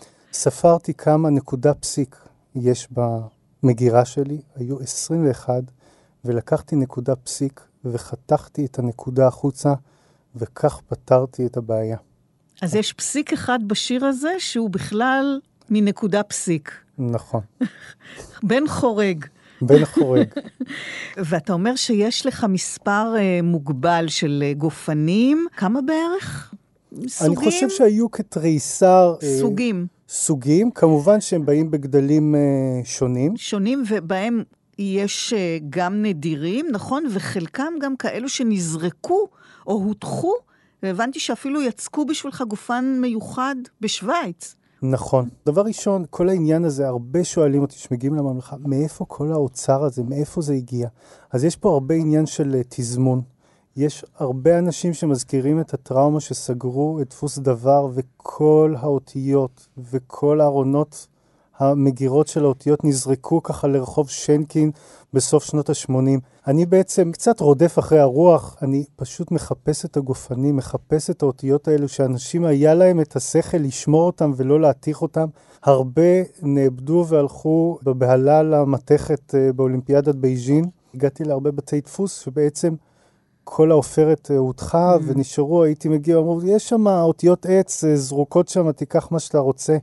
ספרתי כמה נקודה פסיק יש במגירה שלי, היו עשרים ואחת, ולקחתי נקודה פסיק וחתכתי את הנקודה החוצה, וכך פתרתי את הבעיה. אז יש פסיק אחד בשיר הזה שהוא בכלל מנקודה פסיק. נכון. בן חורג. בן חורג. ואתה אומר שיש לך מספר uh, מוגבל של uh, גופנים. כמה בערך? סוגים? אני חושב שהיו כתריסר... סוגים. Uh, סוגים. כמובן שהם באים בגדלים uh, שונים. שונים, ובהם יש uh, גם נדירים, נכון? וחלקם גם כאלו שנזרקו או הותחו, והבנתי שאפילו יצקו בשבילך גופן מיוחד בשוויץ. נכון. דבר ראשון, כל העניין הזה, הרבה שואלים אותי שמגיעים לממלכה, מאיפה כל האוצר הזה, מאיפה זה הגיע? אז יש פה הרבה עניין של תזמון. יש הרבה אנשים שמזכירים את הטראומה שסגרו את דפוס דבר, וכל האותיות וכל הארונות המגירות של האותיות נזרקו ככה לרחוב שנקין בסוף שנות ה-שמונים. אני בעצם קצת רודף אחרי הרוח, אני פשוט מחפש את הגופנים, מחפש את האותיות האלו שאנשים היה להם את השכל לשמור אותם ולא להתיך אותם. הרבה נאבדו והלכו בבהלה למתכת באולימפיאדת בייג'ין. הגעתי להרבה בתי דפוס שבעצם כל האופרת הודחה mm. ונשארו, הייתי מגיע, אמרו, יש שם אותיות עץ זרוקות שם, תיקח מה שאתה רוצה.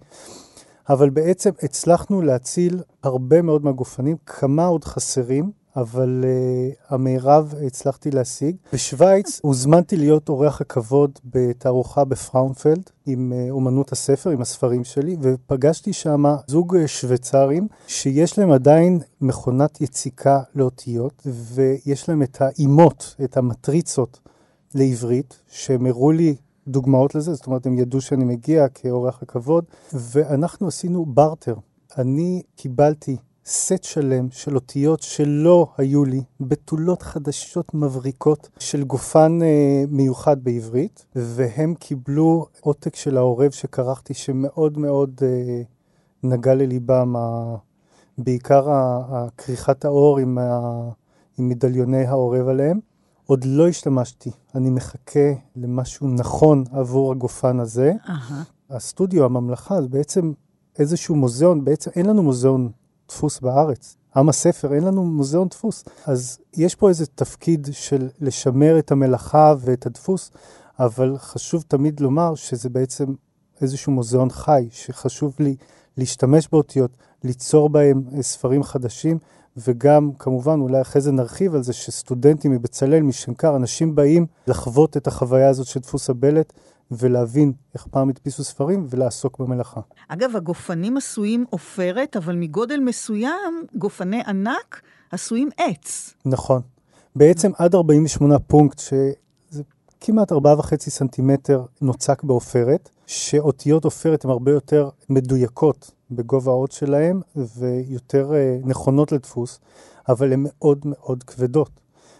אבל בעצם הצלחנו להציל הרבה מאוד מהגופנים, כמה עוד חסרים, אבל uh, המערב הצלחתי להשיג. בשוויץ הוזמנתי להיות אורח הכבוד בתערוכה בפראונפלד, עם uh, אומנות הספר, עם הספרים שלי, ופגשתי שם זוג שוויצרים, שיש להם עדיין מכונת יציקה לאותיות, ויש להם את האימות, את המטריצות לעברית, שהם הראו לי דוגמאות לזה, זאת אומרת, הם ידעו שאני מגיע כאורח הכבוד, ואנחנו עשינו ברטר. אני קיבלתי סט שלם של אותיות שלא היו לי, בתולות חדשות מבריקות של גופן אה, מיוחד בעברית, והם קיבלו עותק של העורב שקרחתי, שמאוד מאוד אה, נגע לליבם, ה... בעיקר הכריכת האור עם, ה... עם מדליוני העורב עליהם. עוד לא השתמשתי, אני מחכה למשהו נכון עבור הגופן הזה. Uh-huh. הסטודיו, הממלכה, זה בעצם איזשהו מוזיאון, בעצם אין לנו מוזיאון דפוס בארץ. עם הספר, אין לנו מוזיאון דפוס. אז יש פה איזה תפקיד של לשמר את המלאכה ואת הדפוס, אבל חשוב תמיד לומר שזה בעצם איזשהו מוזיאון חי, שחשוב לי להשתמש באותיות, ליצור בהם ספרים חדשים, וגם, כמובן, אולי אחרי זה נרחיב על זה שסטודנטים מבצלאל, משנקר, אנשים באים לחוות את החוויה הזאת של דפוס הבלט, ולהבין איך פעם הדפיסו ספרים, ולעסוק במלאכה. אגב, הגופנים עשויים עופרת, אבל מגודל מסוים, גופני ענק עשויים עץ. נכון. בעצם עד ארבעים ושמונה פונקט, שזה כמעט ארבעה וחצי סנטימטר נוצק בעופרת, שאותיות עופרת הן הרבה יותר מדויקות בגובה האות שלהם, ויותר נכונות לדפוס, אבל הן מאוד מאוד כבדות.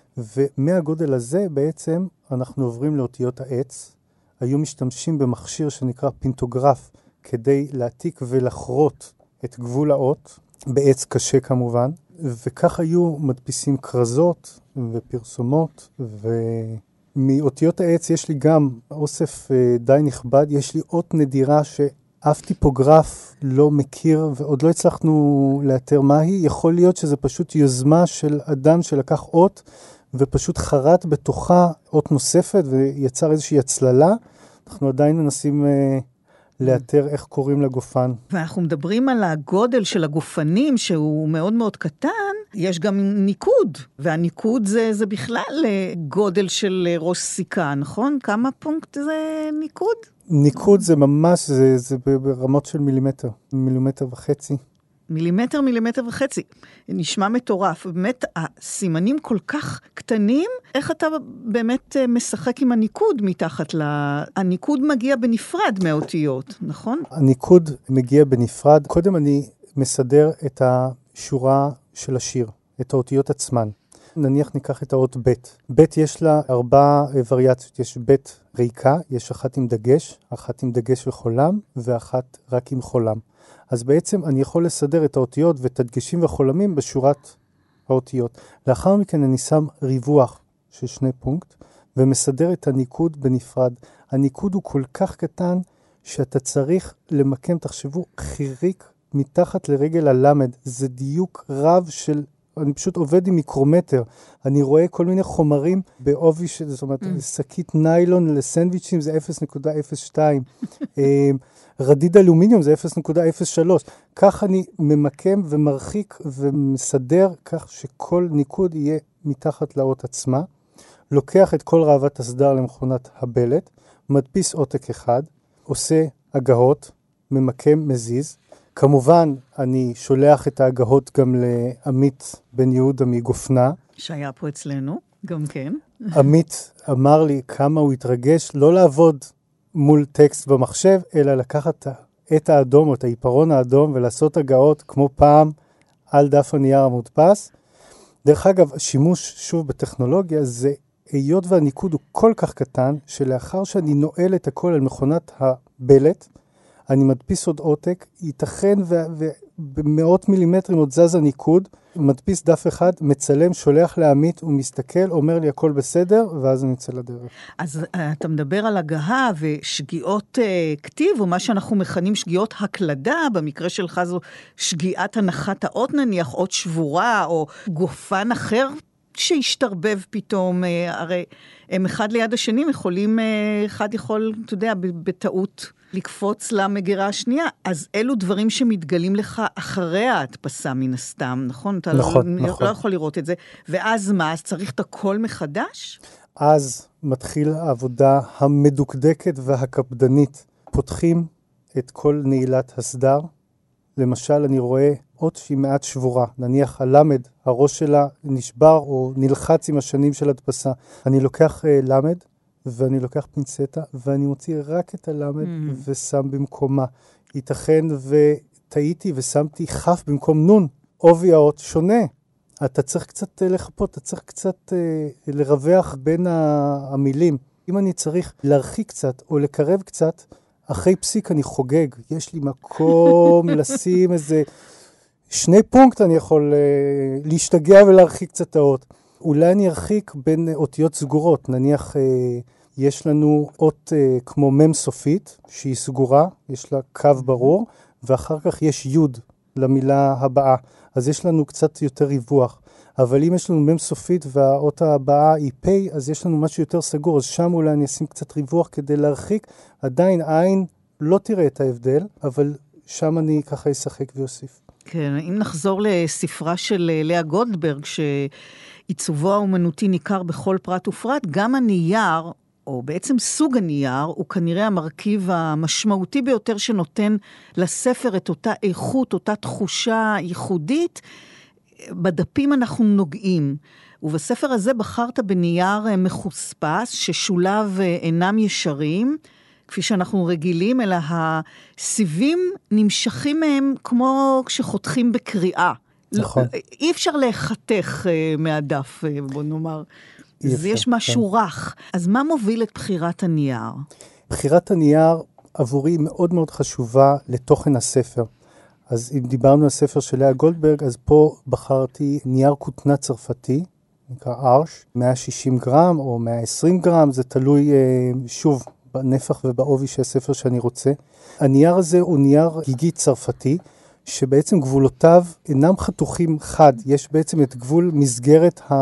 ומהגודל הזה בעצם אנחנו עוברים לאותיות העץ. היו משתמשים במכשיר שנקרא פינטוגרף, כדי להעתיק ולחרות את גבול האות, בעץ קשה כמובן, וכך היו מדפיסים קרזות ופרסומות, ומאותיות העץ יש לי גם אוסף די נכבד, יש לי אות נדירה שאף טיפוגרף לא מכיר, ועוד לא הצלחנו לאתר מהי. יכול להיות שזה פשוט יוזמה של אדם שלקח אות, ופשוט חרט בתוכה אות נוספת, ויצר איזושהי הצללה. אנחנו עדיין מנסים אה, לאתר איך קוראים לגופן. ואנחנו מדברים על הגודל של הגופנים, שהוא מאוד מאוד קטן, יש גם ניקוד, והניקוד זה, זה בכלל גודל של ראש סיכה, נכון? כמה פונקט זה ניקוד? ניקוד זה ממש, זה, זה ברמות של מילימטר, מילימטר וחצי. מילימטר, מילימטר וחצי. נשמע מטורף. באמת, הסימנים כל כך קטנים, איך אתה באמת משחק עם הניקוד מתחת ל... הניקוד מגיע בנפרד מהאותיות, נכון? הניקוד מגיע בנפרד. קודם אני מסדר את השורה של השיר, את האותיות עצמן. נניח ניקח את האות ב'. ב' יש לה ארבע וריאציות. יש ב' ריקה, יש אחת עם דגש, אחת עם דגש וחולם, ואחת רק עם חולם. אז בעצם אני יכול לסדר את האותיות ואת הדגשים וחולמים בשורת האותיות. לאחר מכן אני שם ריווח של שני פונקט, ומסדר את הניקוד בנפרד. הניקוד הוא כל כך קטן, שאתה צריך למקם, תחשבו, חיריק מתחת לרגל הלמד. זה דיוק רב של... אני פשוט עובד עם מיקרומטר. אני רואה כל מיני חומרים בעובי, זאת אומרת, שקית ניילון לסנדוויצ'ים זה אפס נקודה אפס שתיים. רדיד אלומיניום זה אפס נקודה אפס שלוש. כך אני ממקם ומרחיק ומסדר כך שכל ניקוד יהיה מתחת לאות עצמה. לוקח את כל רעבת הסדר למכונת הבלט, מדפיס עותק אחד, עושה הגהות, ממקם, מזיז. כמובן, אני שולח את ההגהות גם לעמית בן יהודה מגופנה. שהיה פה אצלנו, גם כן. עמית אמר לי כמה הוא התרגש לא לעבוד מול טקסט במחשב, אלא לקחת את האדום או את העיפרון האדום ולעשות הגהות כמו פעם על דף הנייר המודפס. דרך אגב, השימוש שוב בטכנולוגיה זה היות והניקוד הוא כל כך קטן, שלאחר שאני נועל את הכל על מכונת הבלט, אני מדפיס עוד עותק, ייתכן ובמאות מילימטרים עוד זז הניקוד, מדפיס דף אחד, מצלם, שולח לעמית, הוא מסתכל, אומר לי הכל בסדר, ואז אני יוצא לדרך. אז אתה מדבר על הגהה ושגיאות uh, כתיב, או מה שאנחנו מכנים שגיאות הקלדה, במקרה שלך זו שגיאת הנחת האות נניח, אות שבורה, או גופן אחר, שהשתרבב פתאום, הרי הם אחד ליד השני יכולים, אחד יכול, אתה יודע, בטעות לקפוץ למגירה השנייה, אז אלו דברים שמתגלים לך אחרי ההדפסה מן הסתם, נכון? אתה נכון, לא, נכון. לא יכול לראות את זה. ואז מה? אז צריך את הכל מחדש? אז מתחיל העבודה המדוקדקת והקפדנית. פותחים את כל נעילת הסדר. למשל, אני רואה אות שהיא מעט שבורה. נניח הלמד, הראש שלה נשבר או נלחץ עם השנים של הדפסה. אני לוקח אה, למד, ואני לוקח פינצטה, ואני מוציא רק את הלמד mm. ושם במקומה. ייתכן וטעיתי ושמתי חף במקום נון. עובי האות שונה. אתה צריך קצת לחפות, אתה צריך קצת אה, לרווח בין המילים. אם אני צריך להרחיק קצת או לקרב קצת, אחרי פסיק אני חוגג. יש לי מקום לשים איזה שני פונקט, אני יכול אה, להשתגע ולהרחיק קצת האות. אולי אני ארחיק בין אותיות סגורות. נניח אה, יש לנו אות אה, כמו מם סופית, שהיא סגורה, יש לה קו ברור, ואחר כך יש יוד למילה הבאה. אז יש לנו קצת יותר ריווח. אבל אם יש לנו מם סופית והאות הבאה היא פי, אז יש לנו משהו יותר סגור. אז שם אולי אני אשים קצת ריווח כדי להרחיק. עדיין עין לא תראה את ההבדל, אבל שם אני ככה אשחק ויוסיף. כן, אם נחזור לספרה של לאה גולדברג, שעיצובו האומנותי ניכר בכל פרט ופרט, גם הנייר, או בעצם סוג הנייר, הוא כנראה המרכיב המשמעותי ביותר שנותן לספר את אותה איכות, אותה תחושה ייחודית. בדפים אנחנו נוגעים, ובספר הזה בחרת בנייר מחוספס, ששולב אינם ישרים, כפי שאנחנו רגילים, אלא הסיבים נמשכים מהם כמו כשחותכים בקריאה. נכון. אי אפשר להחתך מהדף, בוא נאמר. אז יש משהו רך. אז מה מוביל את בחירת הנייר? בחירת הנייר עבורי מאוד מאוד חשובה לתוכן הספר. אז אם דיברנו על ספר של לאה גולדברג, אז פה בחרתי נייר כותנה צרפתי, נקרא ארש, מאה ושישים גרם או מאה ועשרים גרם, זה תלוי שוב בנפח ובעובי של הספר שאני רוצה. הנייר הזה הוא נייר גיגי צרפתי, שבעצם גבולותיו אינם חתוכים חד, יש בעצם את גבול מסגרת ה...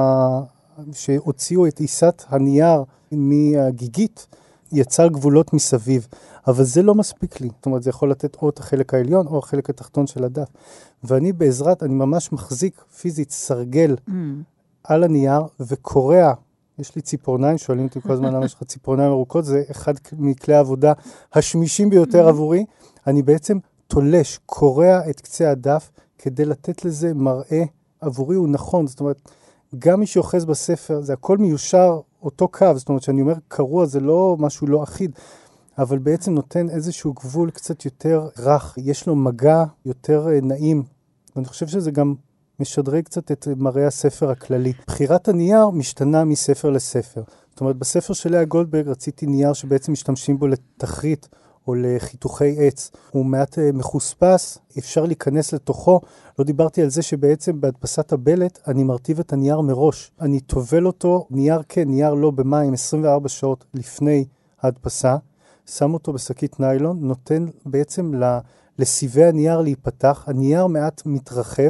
שהוציאו את עיסת הנייר מהגיגית, יצר גבולות מסביב. אבל זה לא מספיק לי. זאת אומרת, זה יכול לתת או את החלק העליון, או החלק התחתון של הדף. ואני בעזרת, אני ממש מחזיק פיזית סרגל mm. על הנייר, וקורע, יש לי ציפורניים, שואלים אותי כל הזמן למה יש לך ציפורניים ארוכות, זה אחד מכלי העבודה השמישים ביותר mm. עבורי. אני בעצם תולש, קורע את קצה הדף, כדי לתת לזה מראה עבורי הוא נכון. זאת אומרת, גם מי שאוחז בספר, זה הכל מיושר אותו קו, זאת אומרת שאני אומר קרוע, זה לא משהו לא אחיד, אבל בעצם נותן איזשהו גבול קצת יותר רך, יש לו מגע יותר נעים, ואני חושב שזה גם משדרג קצת את מראה הספר הכללי. בחירת הנייר משתנה מספר לספר. זאת אומרת, בספר של לאה גולדברג רציתי נייר שבעצם משתמשים בו לתחרית, או לחיתוכי עץ. הוא מעט מחוספס, אפשר להיכנס לתוכו. לא דיברתי על זה שבעצם בהדפסת הבלט אני מרטיב את הנייר מראש. אני טובל אותו, נייר כן, נייר לא, במים עשרים וארבע שעות לפני ההדפסה, שם אותו בשקית ניילון, נותן בעצם לסיבי הנייר להיפתח, הנייר מעט מתרחב,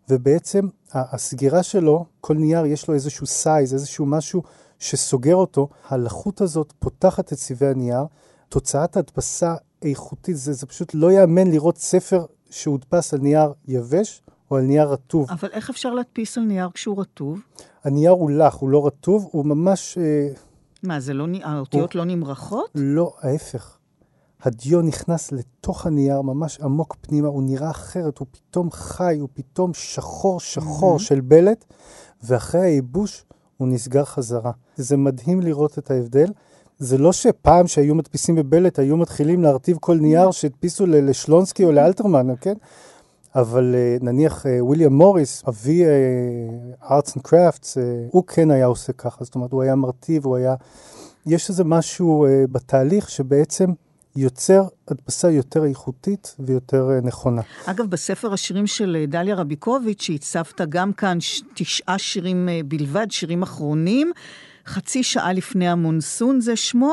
ובעצם הסגירה שלו, כל נייר יש לו איזשהו סייז, איזשהו משהו שסוגר אותו, הלחות הזאת פותחת את סיבי הנייר, תוצאת ההדפסה איכותית, זה, זה פשוט לא יאמן לראות ספר שהודפס על נייר יבש או על נייר רטוב. אבל איך אפשר להדפיס על נייר כשהוא רטוב? הנייר הוא לח, הוא לא רטוב, הוא ממש... מה, זה לא, האותיות הוא... לא נמרחות? לא, ההפך. הדיו נכנס לתוך הנייר ממש עמוק פנימה, הוא נראה אחרת, הוא פתאום חי, הוא פתאום שחור שחור mm-hmm. של בלט, ואחרי הייבוש הוא נסגר חזרה. זה מדהים לראות את ההבדל. זה לא שפעם שהיו מדפיסים בבלט, היו מתחילים להרטיב כל נייר שהדפיסו לשלונסקי או לאלתרמן, כן? אבל נניח וויליאם מוריס, אבי ארטס אנד קראפטס, הוא כן היה עושה ככה, זאת אומרת, הוא היה מרטיב, הוא היה... יש איזה משהו בתהליך שבעצם יוצר הדפסה יותר איכותית ויותר נכונה. אגב, בספר השירים של דליה רביקוביץ', שהצבת גם כאן תשעה שירים בלבד, שירים אחרונים, חצי שעה לפני המונסון זה שמו,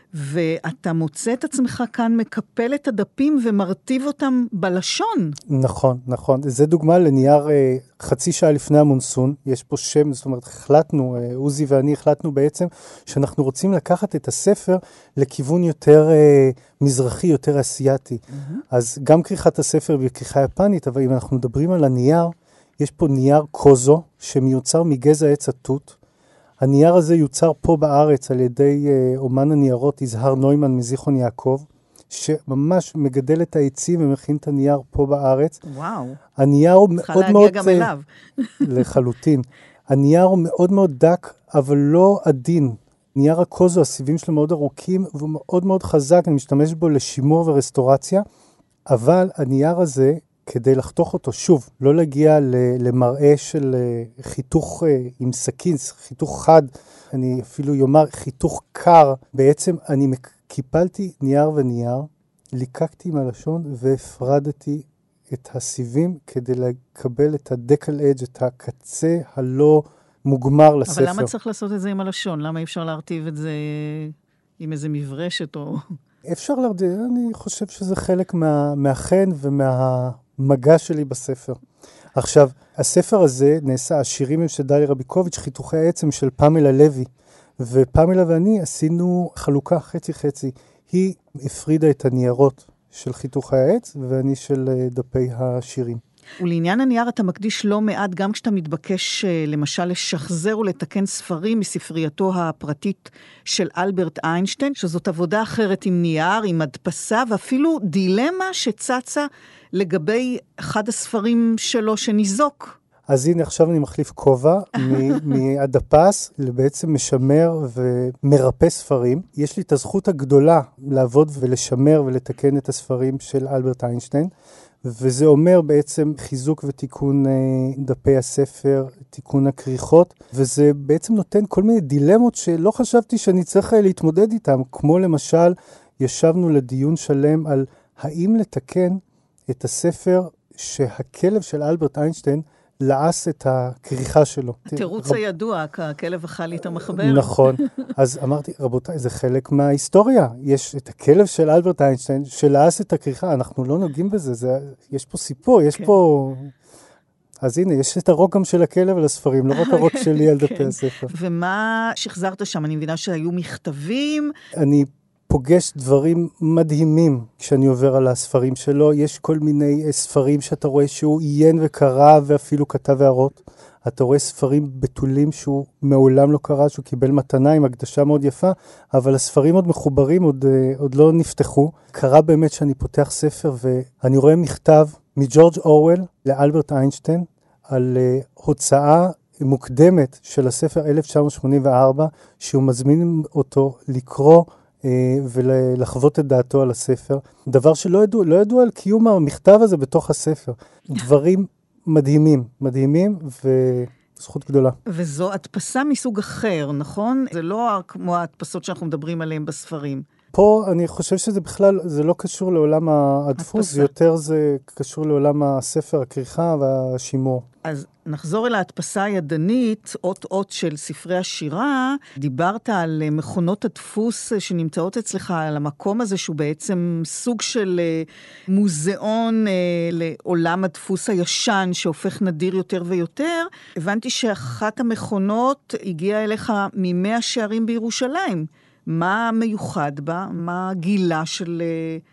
ואתה מוצא את עצמך כאן מקפל את הדפים ומרטיב אותם בלשון. נכון, נכון. זה דוגמה לנייר אה, חצי שעה לפני המונסון. יש פה שם, זאת אומרת, החלטנו, אה, עוזי ואני החלטנו בעצם, שאנחנו רוצים לקחת את הספר לכיוון יותר אה, מזרחי, יותר אסיאטי. Mm-hmm. אז גם כריכת הספר וכריכה יפנית, אבל אם אנחנו מדברים על הנייר, יש פה נייר קוזו, שמיוצר מגזע עץ התות, הנייר הזה יוצר פה בארץ על ידי אה, אומן הניירות, יזהר נוימן מזיכרון יעקב, שממש מגדל את העצים ומכין את הנייר פה בארץ. וואו. הנייר הוא מאוד מאוד... צריכה להגיע גם אליו. לחלוטין. הנייר הוא מאוד מאוד דק, אבל לא עדין. נייר הקוזו, הסיבים שלו מאוד ארוכים, והוא מאוד מאוד חזק, אני משתמש בו לשימור ורסטורציה, אבל הנייר הזה... כדי לחתוך אותו, שוב, לא להגיע למראה של חיתוך עם סכין, חיתוך חד, אני אפילו יאמר חיתוך קר, בעצם אני קיפלתי נייר ונייר, ליקקתי עם הלשון והפרדתי את הסיבים כדי לקבל את הדקל אדג', את הקצה הלא מוגמר לספר. אבל למה צריך לעשות את זה עם הלשון? למה אי אפשר להרטיב את זה עם איזה מברשת או... אפשר להרטיב, אני חושב שזה חלק מה, מהחן ומה... מגע שלי בספר. עכשיו, הספר הזה נעשה, השירים הם של דליה רביקוביץ', חיתוכי העצם של פמלה לוי, ופמלה ואני עשינו חלוקה חצי חצי. היא הפרידה את הניירות של חיתוכי העץ, ואני של דפי השירים. ולעניין הנייר אתה מקדיש לא מעט, גם כשאתה מתבקש למשל לשחזר ולתקן ספרים מספרייתו הפרטית של אלברט איינשטיין, שזאת עבודה אחרת עם נייר, עם הדפסה, ואפילו דילמה שצצה לגבי אחד הספרים שלו שניזוק. אז הנה עכשיו אני מחליף כובע מהדפס לבעצם משמר ומרפא ספרים. יש לי את הזכות הגדולה לעבוד ולשמר ולתקן את הספרים של אלברט איינשטיין, וזה אומר בעצם חיזוק ותיקון דפי הספר, תיקון הכריכות, וזה בעצם נותן כל מיני דילמות שלא חשבתי שאני צריך להתמודד איתם, כמו למשל ישבנו לדיון שלם על האם לתקן את הספר שהכלב של אלברט איינשטיין לעס את הכריכה שלו. התירוץ רב... הידוע, הכלב אכל לי את המחבר. נכון. אז אמרתי, רבותיי, זה חלק מההיסטוריה. יש את הכלב של אלברט איינשטיין שלעס את הכריכה. אנחנו לא נוגעים בזה. זה, יש פה סיפור, יש כן. פה... אז הנה, יש את הרוק גם של הכלב על הספרים, לא רק הרוק שלי על דפי הספר. ומה שחזרת שם? אני מבינה שהיו מכתבים. אני פוגש דברים מדהימים כשאני עובר על הספרים שלו. יש כל מיני ספרים שאתה רואה שהוא עיין וקרא ואפילו כתב הערות. אתה רואה ספרים בתולים שהוא מעולם לא קרא, שהוא קיבל מתנה עם הקדשה מאוד יפה, אבל הספרים עוד מחוברים, עוד, עוד לא נפתחו. קרה באמת שאני פותח ספר ואני רואה מכתב מג'ורג' אורוול לאלברט איינשטיין על הוצאה מוקדמת של הספר אלף תשע מאות שמונים וארבע, שהוא מזמין אותו לקרוא ולחוות את דעתו על הספר. דבר שלא ידעו, לא ידעו על קיום המכתב הזה בתוך הספר. דברים מדהימים, מדהימים וזכות גדולה. וזו הדפסה מסוג אחר, נכון? זה לא כמו ההדפסות שאנחנו מדברים עליהן בספרים. פה אני חושב שזה בכלל, זה לא קשור לעולם הדפוס, יותר זה קשור לעולם הספר, הכריכה והשימור. אז נחזור אל ההדפסה הידנית, אות אות של ספרי השירה. דיברת על מכונות הדפוס שנמצאות אצלך, על המקום הזה שהוא בעצם סוג של מוזיאון לעולם הדפוס הישן שהופך נדיר יותר ויותר. הבנתי שאחת המכונות הגיעה אליך ממאה שערים בירושלים. מה מיוחד בה? מה גילה של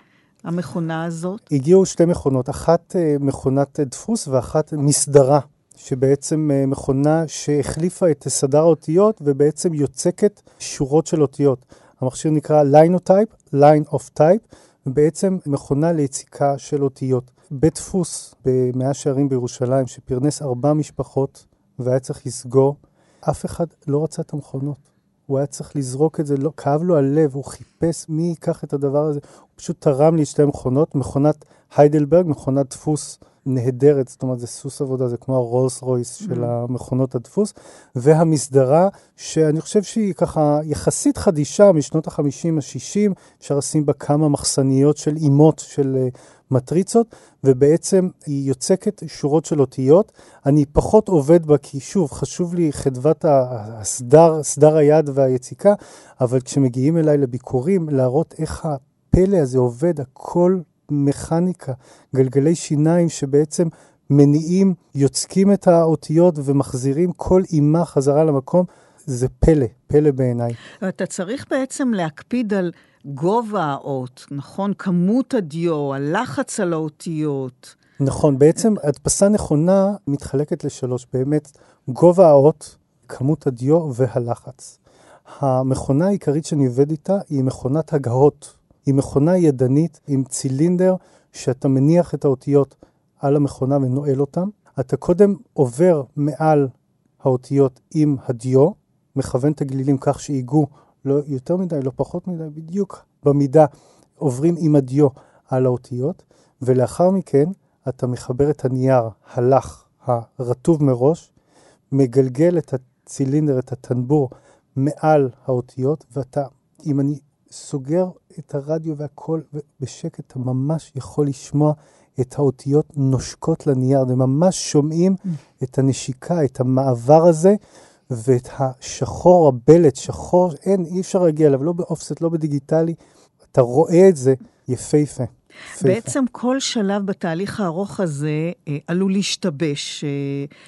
המכונה הזאת? הגיעו שתי מכונות, אחת מכונת דפוס ואחת מסדרה, שבעצם מכונה שהחליפה את סדר האותיות ובעצם יוצקת שורות של אותיות. המכשיר נקרא Linotype, Line of Type, ובעצם מכונה ליציקה של אותיות. בית דפוס במאה שערים בירושלים שפרנס ארבע משפחות והיה צריך לסגור, אף אחד לא רצה את המכונות. הוא היה צריך לזרוק את זה, לא, כאב לו הלב, הוא חיפש מי ייקח את הדבר הזה. הוא פשוט תרם לי שתי מכונות, מכונת היידלברג, מכונת דפוס נהדרת, זאת אומרת, זה סוס עבודה, זה כמו הרולס רויס של המכונות הדפוס, והמסדרה, שאני חושב שהיא ככה יחסית חדישה משנות ה-חמישים ה-שישים, אפשר לשים בה כמה מחסניות של אימות של מטריצות, ובעצם היא יוצקת שורות של אותיות. אני פחות עובד בה, כי שוב, חשוב לי חדוות הסדר, סדר היד והיציקה, אבל כשמגיעים אליי לביקורים, להראות איך הפלא הזה עובד, הכל מכניקה, גלגלי שיניים שבעצם מניעים, יוצקים את האותיות ומחזירים כל אימה חזרה למקום, זה פלא, פלא בעיניי. אתה צריך בעצם להקפיד על גובה האות, נכון? כמות הדיו, הלחץ על האותיות. נכון, בעצם הדפסה נכונה מתחלקת לשלוש, באמת גובה האות, כמות הדיו והלחץ. המכונה העיקרית שאני עובד איתה היא מכונת הגהות. היא מכונה ידנית עם צילינדר שאתה מניח את האותיות על המכונה ונועל אותם. אתה קודם עובר מעל האותיות עם הדיו, מכוון את הגלילים כך שיגעו לא יותר מדי, לא פחות מדי, בדיוק במידה עוברים עם הדיו על האותיות, ולאחר מכן אתה מחבר את הנייר הלך הרטוב מראש, מגלגל את הצילינדר, את הטנבור מעל האותיות, ואתה, אם אני סוגר את הרדיו והכל בשקט, אתה ממש יכול לשמוע את האותיות נושקות לנייר, וממש שומעים mm. את הנשיקה, את המעבר הזה, ואת השחור, הבלט, שחור, אין, אי אפשר להגיע אליו, לא באופסט, לא בדיגיטלי, אתה רואה את זה יפהפה. בעצם כל שלב בתהליך הארוך הזה אה, עלול להשתבש, אה,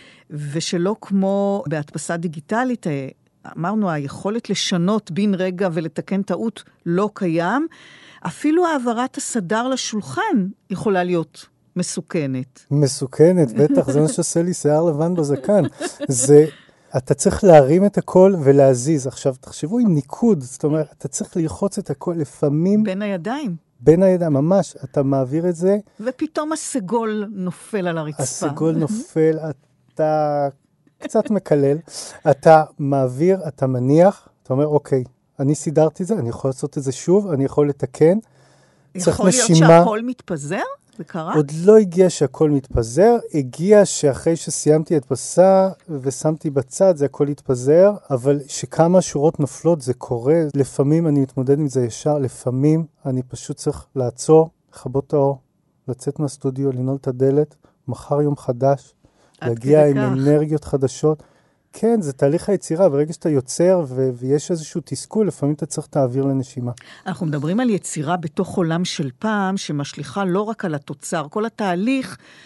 ושלא כמו בהדפסה דיגיטלית, אה, אמרנו, היכולת לשנות בין רגע ולתקן טעות לא קיים, אפילו העברת הסדר לשולחן יכולה להיות מסוכנת. מסוכנת, בטח, זה מה שעושה לי שיער לבן בזקן. זה, אתה צריך להרים את הכל ולהזיז. עכשיו, תחשבו עם ניקוד, זאת אומרת, אתה צריך ללחוץ את הכל לפעמים. בין הידיים. בין הידיים, ממש, אתה מעביר את זה. ופתאום הסגול נופל על הרצפה. הסגול נופל, אתה קצת מקלל, אתה מעביר, אתה מניח, אתה אומר, אוקיי, אני סידרתי את זה, אני יכול לעשות את זה שוב, אני יכול לתקן. יכול להיות שהכל מתפזר? זה קרה? עוד לא הגיע שהכל מתפזר, הגיע שאחרי שסיימתי את הדפסה ושמתי בצד, זה הכל התפזר, אבל שכמה שורות נופלות זה קורה, לפעמים אני מתמודד עם זה ישר, לפעמים אני פשוט צריך לעצור, לכבות את האור, לצאת מהסטודיו, לנעול את הדלת, מחר יום חדש, להגיע עם אנרגיות חדשות. כן, זה תהליך היצירה, ברגע שאתה יוצר ו- ויש איזשהו תסכול, לפעמים אתה צריך תעביר לנשימה. אנחנו מדברים על יצירה בתוך עולם של פעם, שמשליחה לא רק על התוצר, כל התהליך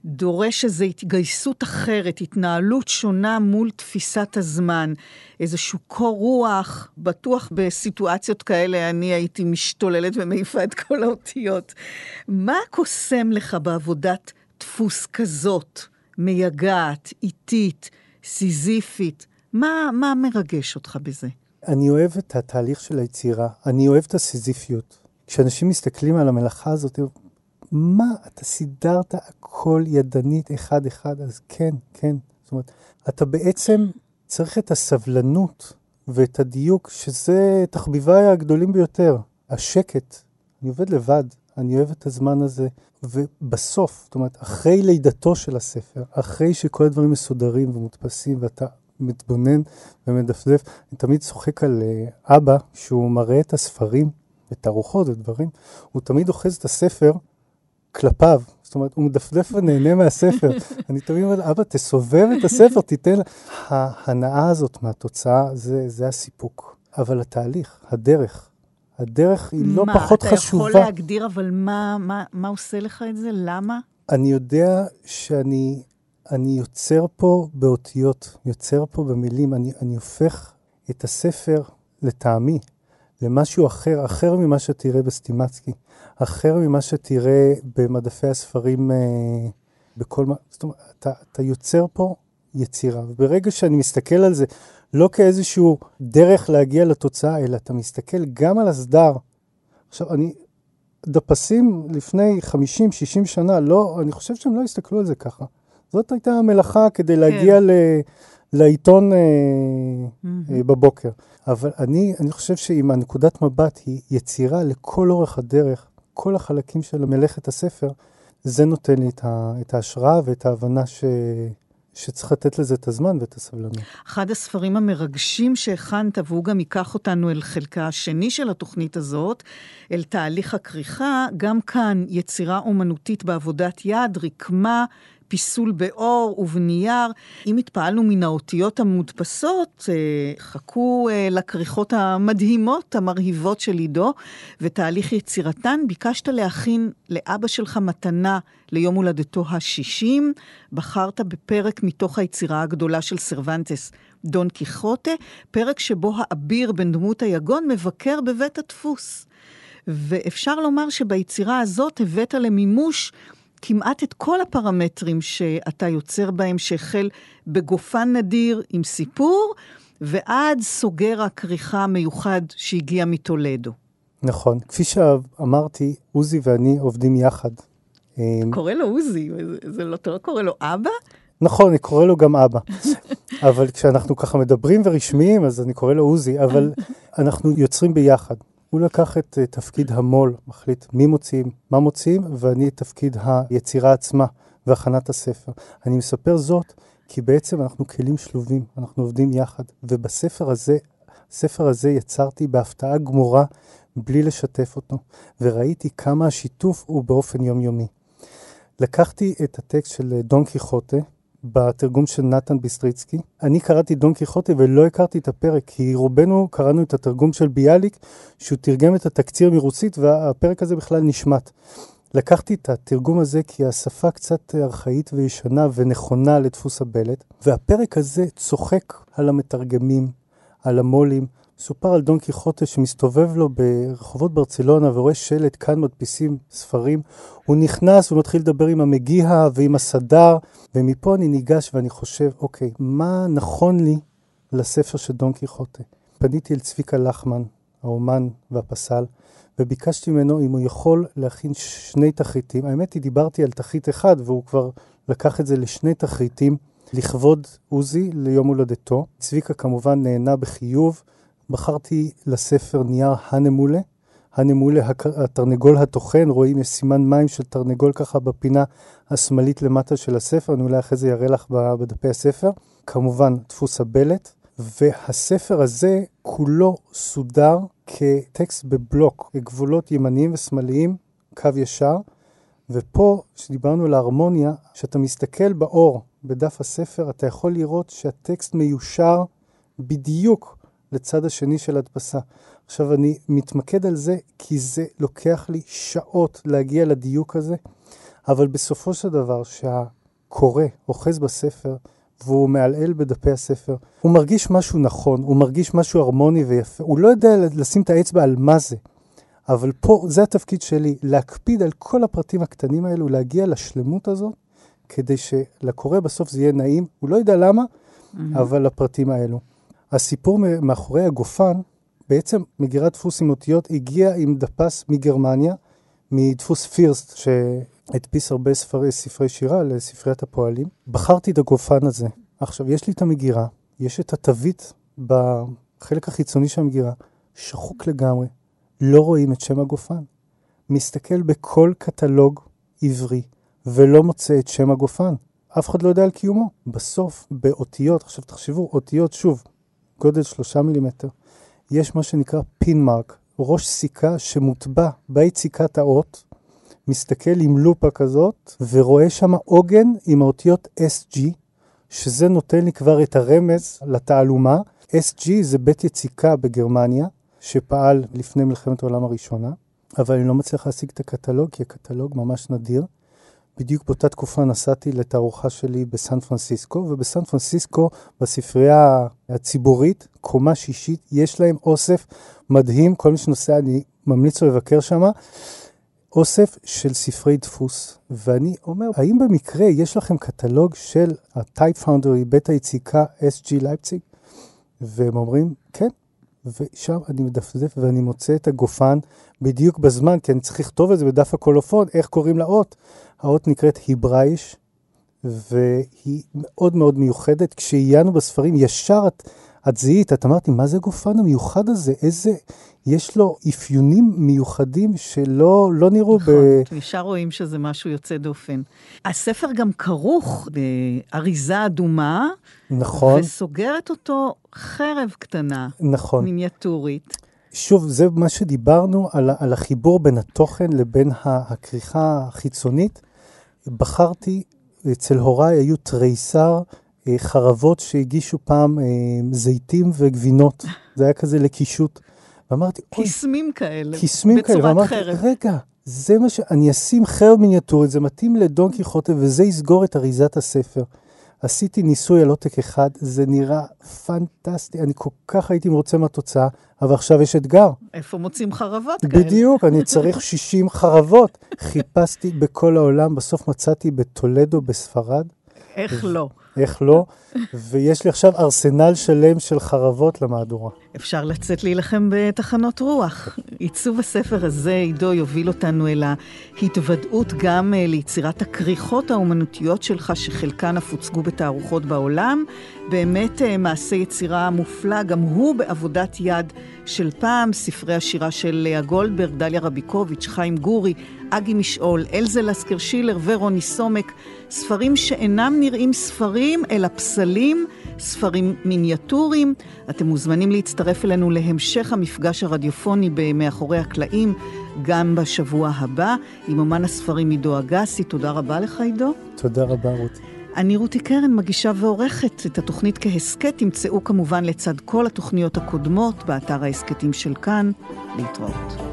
דורש איזו התגייסות אחרת, התנהלות שונה מול תפיסת הזמן, איזשהו קור רוח, בטוח בסיטואציות כאלה אני הייתי משתוללת ומעיפה את כל האותיות. מה קוסם לך בעבודת דפוס כזאת, מייגעת, איטית, סיזיפית? מה, מה מרגש אותך בזה? אני אוהב את התהליך של היצירה, אני אוהב את הסיזיפיות. כשאנשים מסתכלים על המלאכה הזאת, מה, אתה סידרת הכל ידנית אחד אחד, אז כן, כן. זאת אומרת, אתה בעצם צריך את הסבלנות ואת הדיוק, שזה תחביביי הגדולים ביותר. השקט, אני עובד לבד, אני אוהב את הזמן הזה, ובסוף, זאת אומרת, אחרי לידתו של הספר, אחרי שכל הדברים מסודרים ומודפסים, ואתה מתבונן ומדפדף, אני תמיד צוחק על uh, אבא, שהוא מראה את הספרים, את הרוחות ודברים, הוא תמיד אוחז את הספר כלפיו, זאת אומרת, הוא מדפדף ונהנה מהספר. אני תמיד אומר, אבא, תסובב את הספר, תיתן לה. ההנאה הזאת מהתוצאה, זה, זה הסיפוק. אבל התהליך, הדרך, הדרך היא לא מה, פחות אתה חשובה. יכול להגדיר, אבל מה, מה, מה עושה לך את זה? למה? אני יודע שאני אני יוצר פה באותיות, יוצר פה במילים, אני, אני הופך את הספר לטעמי, למשהו אחר, אחר ממה שתראה בסטימצקי, אחר ממה שתראה במדפי הספרים אה, בכל מה, זאת אומרת, אתה, אתה יוצר פה יצירה, וברגע שאני מסתכל על זה, לא כאיזשהו דרך להגיע לתוצאה, אלא אתה מסתכל גם על הסדר. עכשיו, אני, דפסים לפני חמישים שישים שנה, לא, אני חושב שהם לא הסתכלו על זה ככה. זאת הייתה המלאכה כדי להגיע כן. ל, לעיתון אה, mm-hmm. אה, בבוקר. אבל אני, אני חושב שאם הנקודת מבט היא יצירה לכל אורך הדרך, כל החלקים של מלאכת הספר, זה נותן לי את, ה, את ההשראה ואת ההבנה ש... שצריך לתת לזה את הזמן ואת הסבלנות. אחד הספרים המרגשים שהכנת, והוא גם ייקח אותנו אל חלקה השני של התוכנית הזאת, אל תהליך הכריכה, גם כאן יצירה אומנותית בעבודת יד, רקמה, פיסול באור ובנייר. אם התפעלנו מן האותיות המודפסות, חכו לכריכות המדהימות, המרהיבות של עידו, ותהליך יצירתן ביקשת להכין לאבא שלך מתנה ליום הולדתו השישים, בחרת בפרק מתוך היצירה הגדולה של סרוונטס, דון קיחוטה, פרק שבו האביר בן דמות היגון מבקר בבית הדפוס. ואפשר לומר שביצירה הזאת הבאת למימוש כמעט את כל הפרמטרים שאתה יוצר בהם, שהחל בגופן נדיר עם סיפור, ועד סוגר הכריכה המיוחד שהגיע מתולדו. נכון. כפי שאמרתי, עוזי ואני עובדים יחד. קורא לו עוזי, זה לא טוב, קורא לו אבא? נכון, אני קורא לו גם אבא. אבל כשאנחנו ככה מדברים ורשמיים, אז אני קורא לו עוזי, אבל אנחנו יוצרים ביחד. הוא לקח את uh, תפקיד המול, מחליט מי מוציאים, מה מוציאים, ואני את תפקיד היצירה עצמה והכנת הספר. אני מספר זאת כי בעצם אנחנו כלים שלובים, אנחנו עובדים יחד, ובספר הזה, הספר הזה יצרתי בהפתעה גמורה בלי לשתף אותו, וראיתי כמה השיתוף הוא באופן יומיומי. לקחתי את הטקסט של דון קיחוטה, בתרגום של נתן ביסטריצקי. אני קראתי דון קיחוטה ולא הכרתי את הפרק, כי רובנו קראנו את התרגום של ביאליק, שהוא תרגם את התקציר מרוסית, והפרק הזה בכלל נשמט. לקחתי את התרגום הזה כי השפה קצת ארכאית וישנה ונכונה לדפוס הבלט, והפרק הזה צוחק על המתרגמים, על המולים, סופר על דון קיחוטה שמסתובב לו ברחובות ברצלונה ורואה שלט, כאן מדפיסים ספרים. הוא נכנס ומתחיל לדבר עם המגיע ועם הסדר, ומפה אני ניגש ואני חושב, אוקיי, מה נכון לי לספר של דון קיחוטה? פניתי אל צביקה לחמן, האומן והפסל, וביקשתי ממנו אם הוא יכול להכין שני תחריטים. האמת היא, דיברתי על תחריט אחד, והוא כבר לקח את זה לשני תחריטים, לכבוד עוזי ליום הולדתו. צביקה כמובן נהנה בחיוב, בחרתי לספר נייר הנמולה, הנמולה התרנגול התוכן, רואים יש סימן מים של תרנגול ככה בפינה השמאלית למטה של הספר, אני אולי אחרי זה יראה לך בדפי הספר, כמובן דפוס הבלט, והספר הזה כולו סודר כטקסט בבלוק, גבולות ימניים ושמאליים, קו ישר, ופה שדיברנו על ההרמוניה, שאתה מסתכל באור בדף הספר, אתה יכול לראות שהטקסט מיושר בדיוק לצד השני של הדפסה. עכשיו אני מתמקד על זה כי זה לוקח לי שעות להגיע לדיוק הזה. אבל בסופו של דבר שהקורא אוחז בספר, והוא מעלעל בדפי הספר, הוא מרגיש משהו נכון, הוא מרגיש משהו הרמוני ויפה, הוא לא יודע לשים את האצבע על מה זה, אבל פה זה התפקיד שלי, להקפיד על כל הפרטים הקטנים האלו, להגיע לשלמות הזאת, כדי שלקורא בסוף זה יהיה נעים, הוא לא יודע למה, mm-hmm. אבל הפרטים האלו. הסיפור מאחורי הגופן, בעצם מגירת דפוס עם אותיות, הגיע עם דפס מגרמניה, מדפוס פירסט, שהדפיס הרבה ספרי, ספרי שירה לספריית הפועלים. בחרתי את הגופן הזה. עכשיו, יש לי את המגירה, יש את התווית בחלק החיצוני של המגירה, שחוק לגמרי, לא רואים את שם הגופן. מסתכל בכל קטלוג עברי, ולא מוצא את שם הגופן. אף אחד לא יודע על קיומו. בסוף, באותיות, עכשיו תחשבו, אותיות שוב, גודל שלושה מילימטר, יש מה שנקרא פין מרק, ראש סיכה שמוטבע ביציקת האות, מסתכל עם לופה כזאת, ורואה שם עוגן עם האותיות אס ג'י, שזה נותן לי כבר את הרמז לתעלומה. אס ג'י זה בית יציקה בגרמניה, שפעל לפני מלחמת העולם הראשונה, אבל אני לא מצליח להשיג את הקטלוג, כי הקטלוג ממש נדיר. בדיוק באותה תקופה נסעתי לתערוכה שלי בסן פרנסיסקו, ובסן פרנסיסקו, בספרייה הציבורית, קומה שישית, יש להם אוסף מדהים, כל מי שנוסע, אני ממליץ לו לבקר שם, אוסף של ספרי דפוס. ואני אומר, האם במקרה יש לכם קטלוג של ה-Type Foundry, בית היציקה אס ג'י לייפציג? והם אומרים, כן. ושם אני מדפדף ואני מוצא את הגופן בדיוק בזמן, כי אני צריך לכתוב את זה בדף הקולופון, איך קוראים לאות. האות נקראת היברייש, והיא מאוד מאוד מיוחדת. כשעיינו בספרים, ישר את, את זיהית, את אמרתי, מה זה הגופן המיוחד הזה? איזה, יש לו אפיונים מיוחדים שלא לא נראו נכון, ב... ישר רואים שזה משהו יוצא דופן. הספר גם כרוך באריזה אדומה, נכון. וסוגרת אותו חרב קטנה, נכון. מיניאטורית. שוב, זה מה שדיברנו על, על החיבור בין התוכן לבין הכריכה החיצונית. בחרתי, אצל הוריי היו תריסר חרבות שהגישו פעם זיתים וגבינות. זה היה כזה לקישוט. ואמרתי, קיסמים כאלה, קיסמים כאלה. ואמרתי, חרב. רגע, זה מה ש... אני אשים חרב מיניאטורית, זה מתאים לדון קיחוטה, וזה יסגור את אריזת הספר. עשיתי ניסוי על עותק אחד, זה נראה פנטסטי, אני כל כך הייתי מרוצה מהתוצאה, אבל עכשיו יש אתגר. איפה מוצאים חרבות כאלה? בדיוק, אני צריך שישים חרבות. חיפשתי בכל העולם, בסוף מצאתי בטולדו בספרד. איך לא? איך לא? ויש לי עכשיו ארסנל שלם של חרבות למהדורה. אפשר לצאת להילחם בתחנות רוח. עיצוב הספר הזה, עידו, יוביל אותנו אל ההתוודעות גם ליצירת הכריכות האומנותיות שלך, שחלקן אף הוצגו בתערוכות בעולם. באמת מעשה יצירה מופלא, גם הוא בעבודת יד של פעם, ספרי השירה של לאה גולדברג, דליה רביקוביץ', חיים גורי, אגי משעול, אלזה לסקר שילר ורוני סומק, ספרים שאינם נראים ספרים, אלא פסלים, ספרים מיניאטוריים. אתם מוזמנים להצטרף אלינו להמשך המפגש הרדיופוני במאחורי הקלעים, גם בשבוע הבא, עם אומן הספרים עידו אגסי. תודה רבה לך, עידו. תודה רבה, רותי. אני רותי קרן, מגישה ועורכת. את התוכנית כהסקט תמצאו כמובן לצד כל התוכניות הקודמות באתר ההסקטים של כאן. להתראות.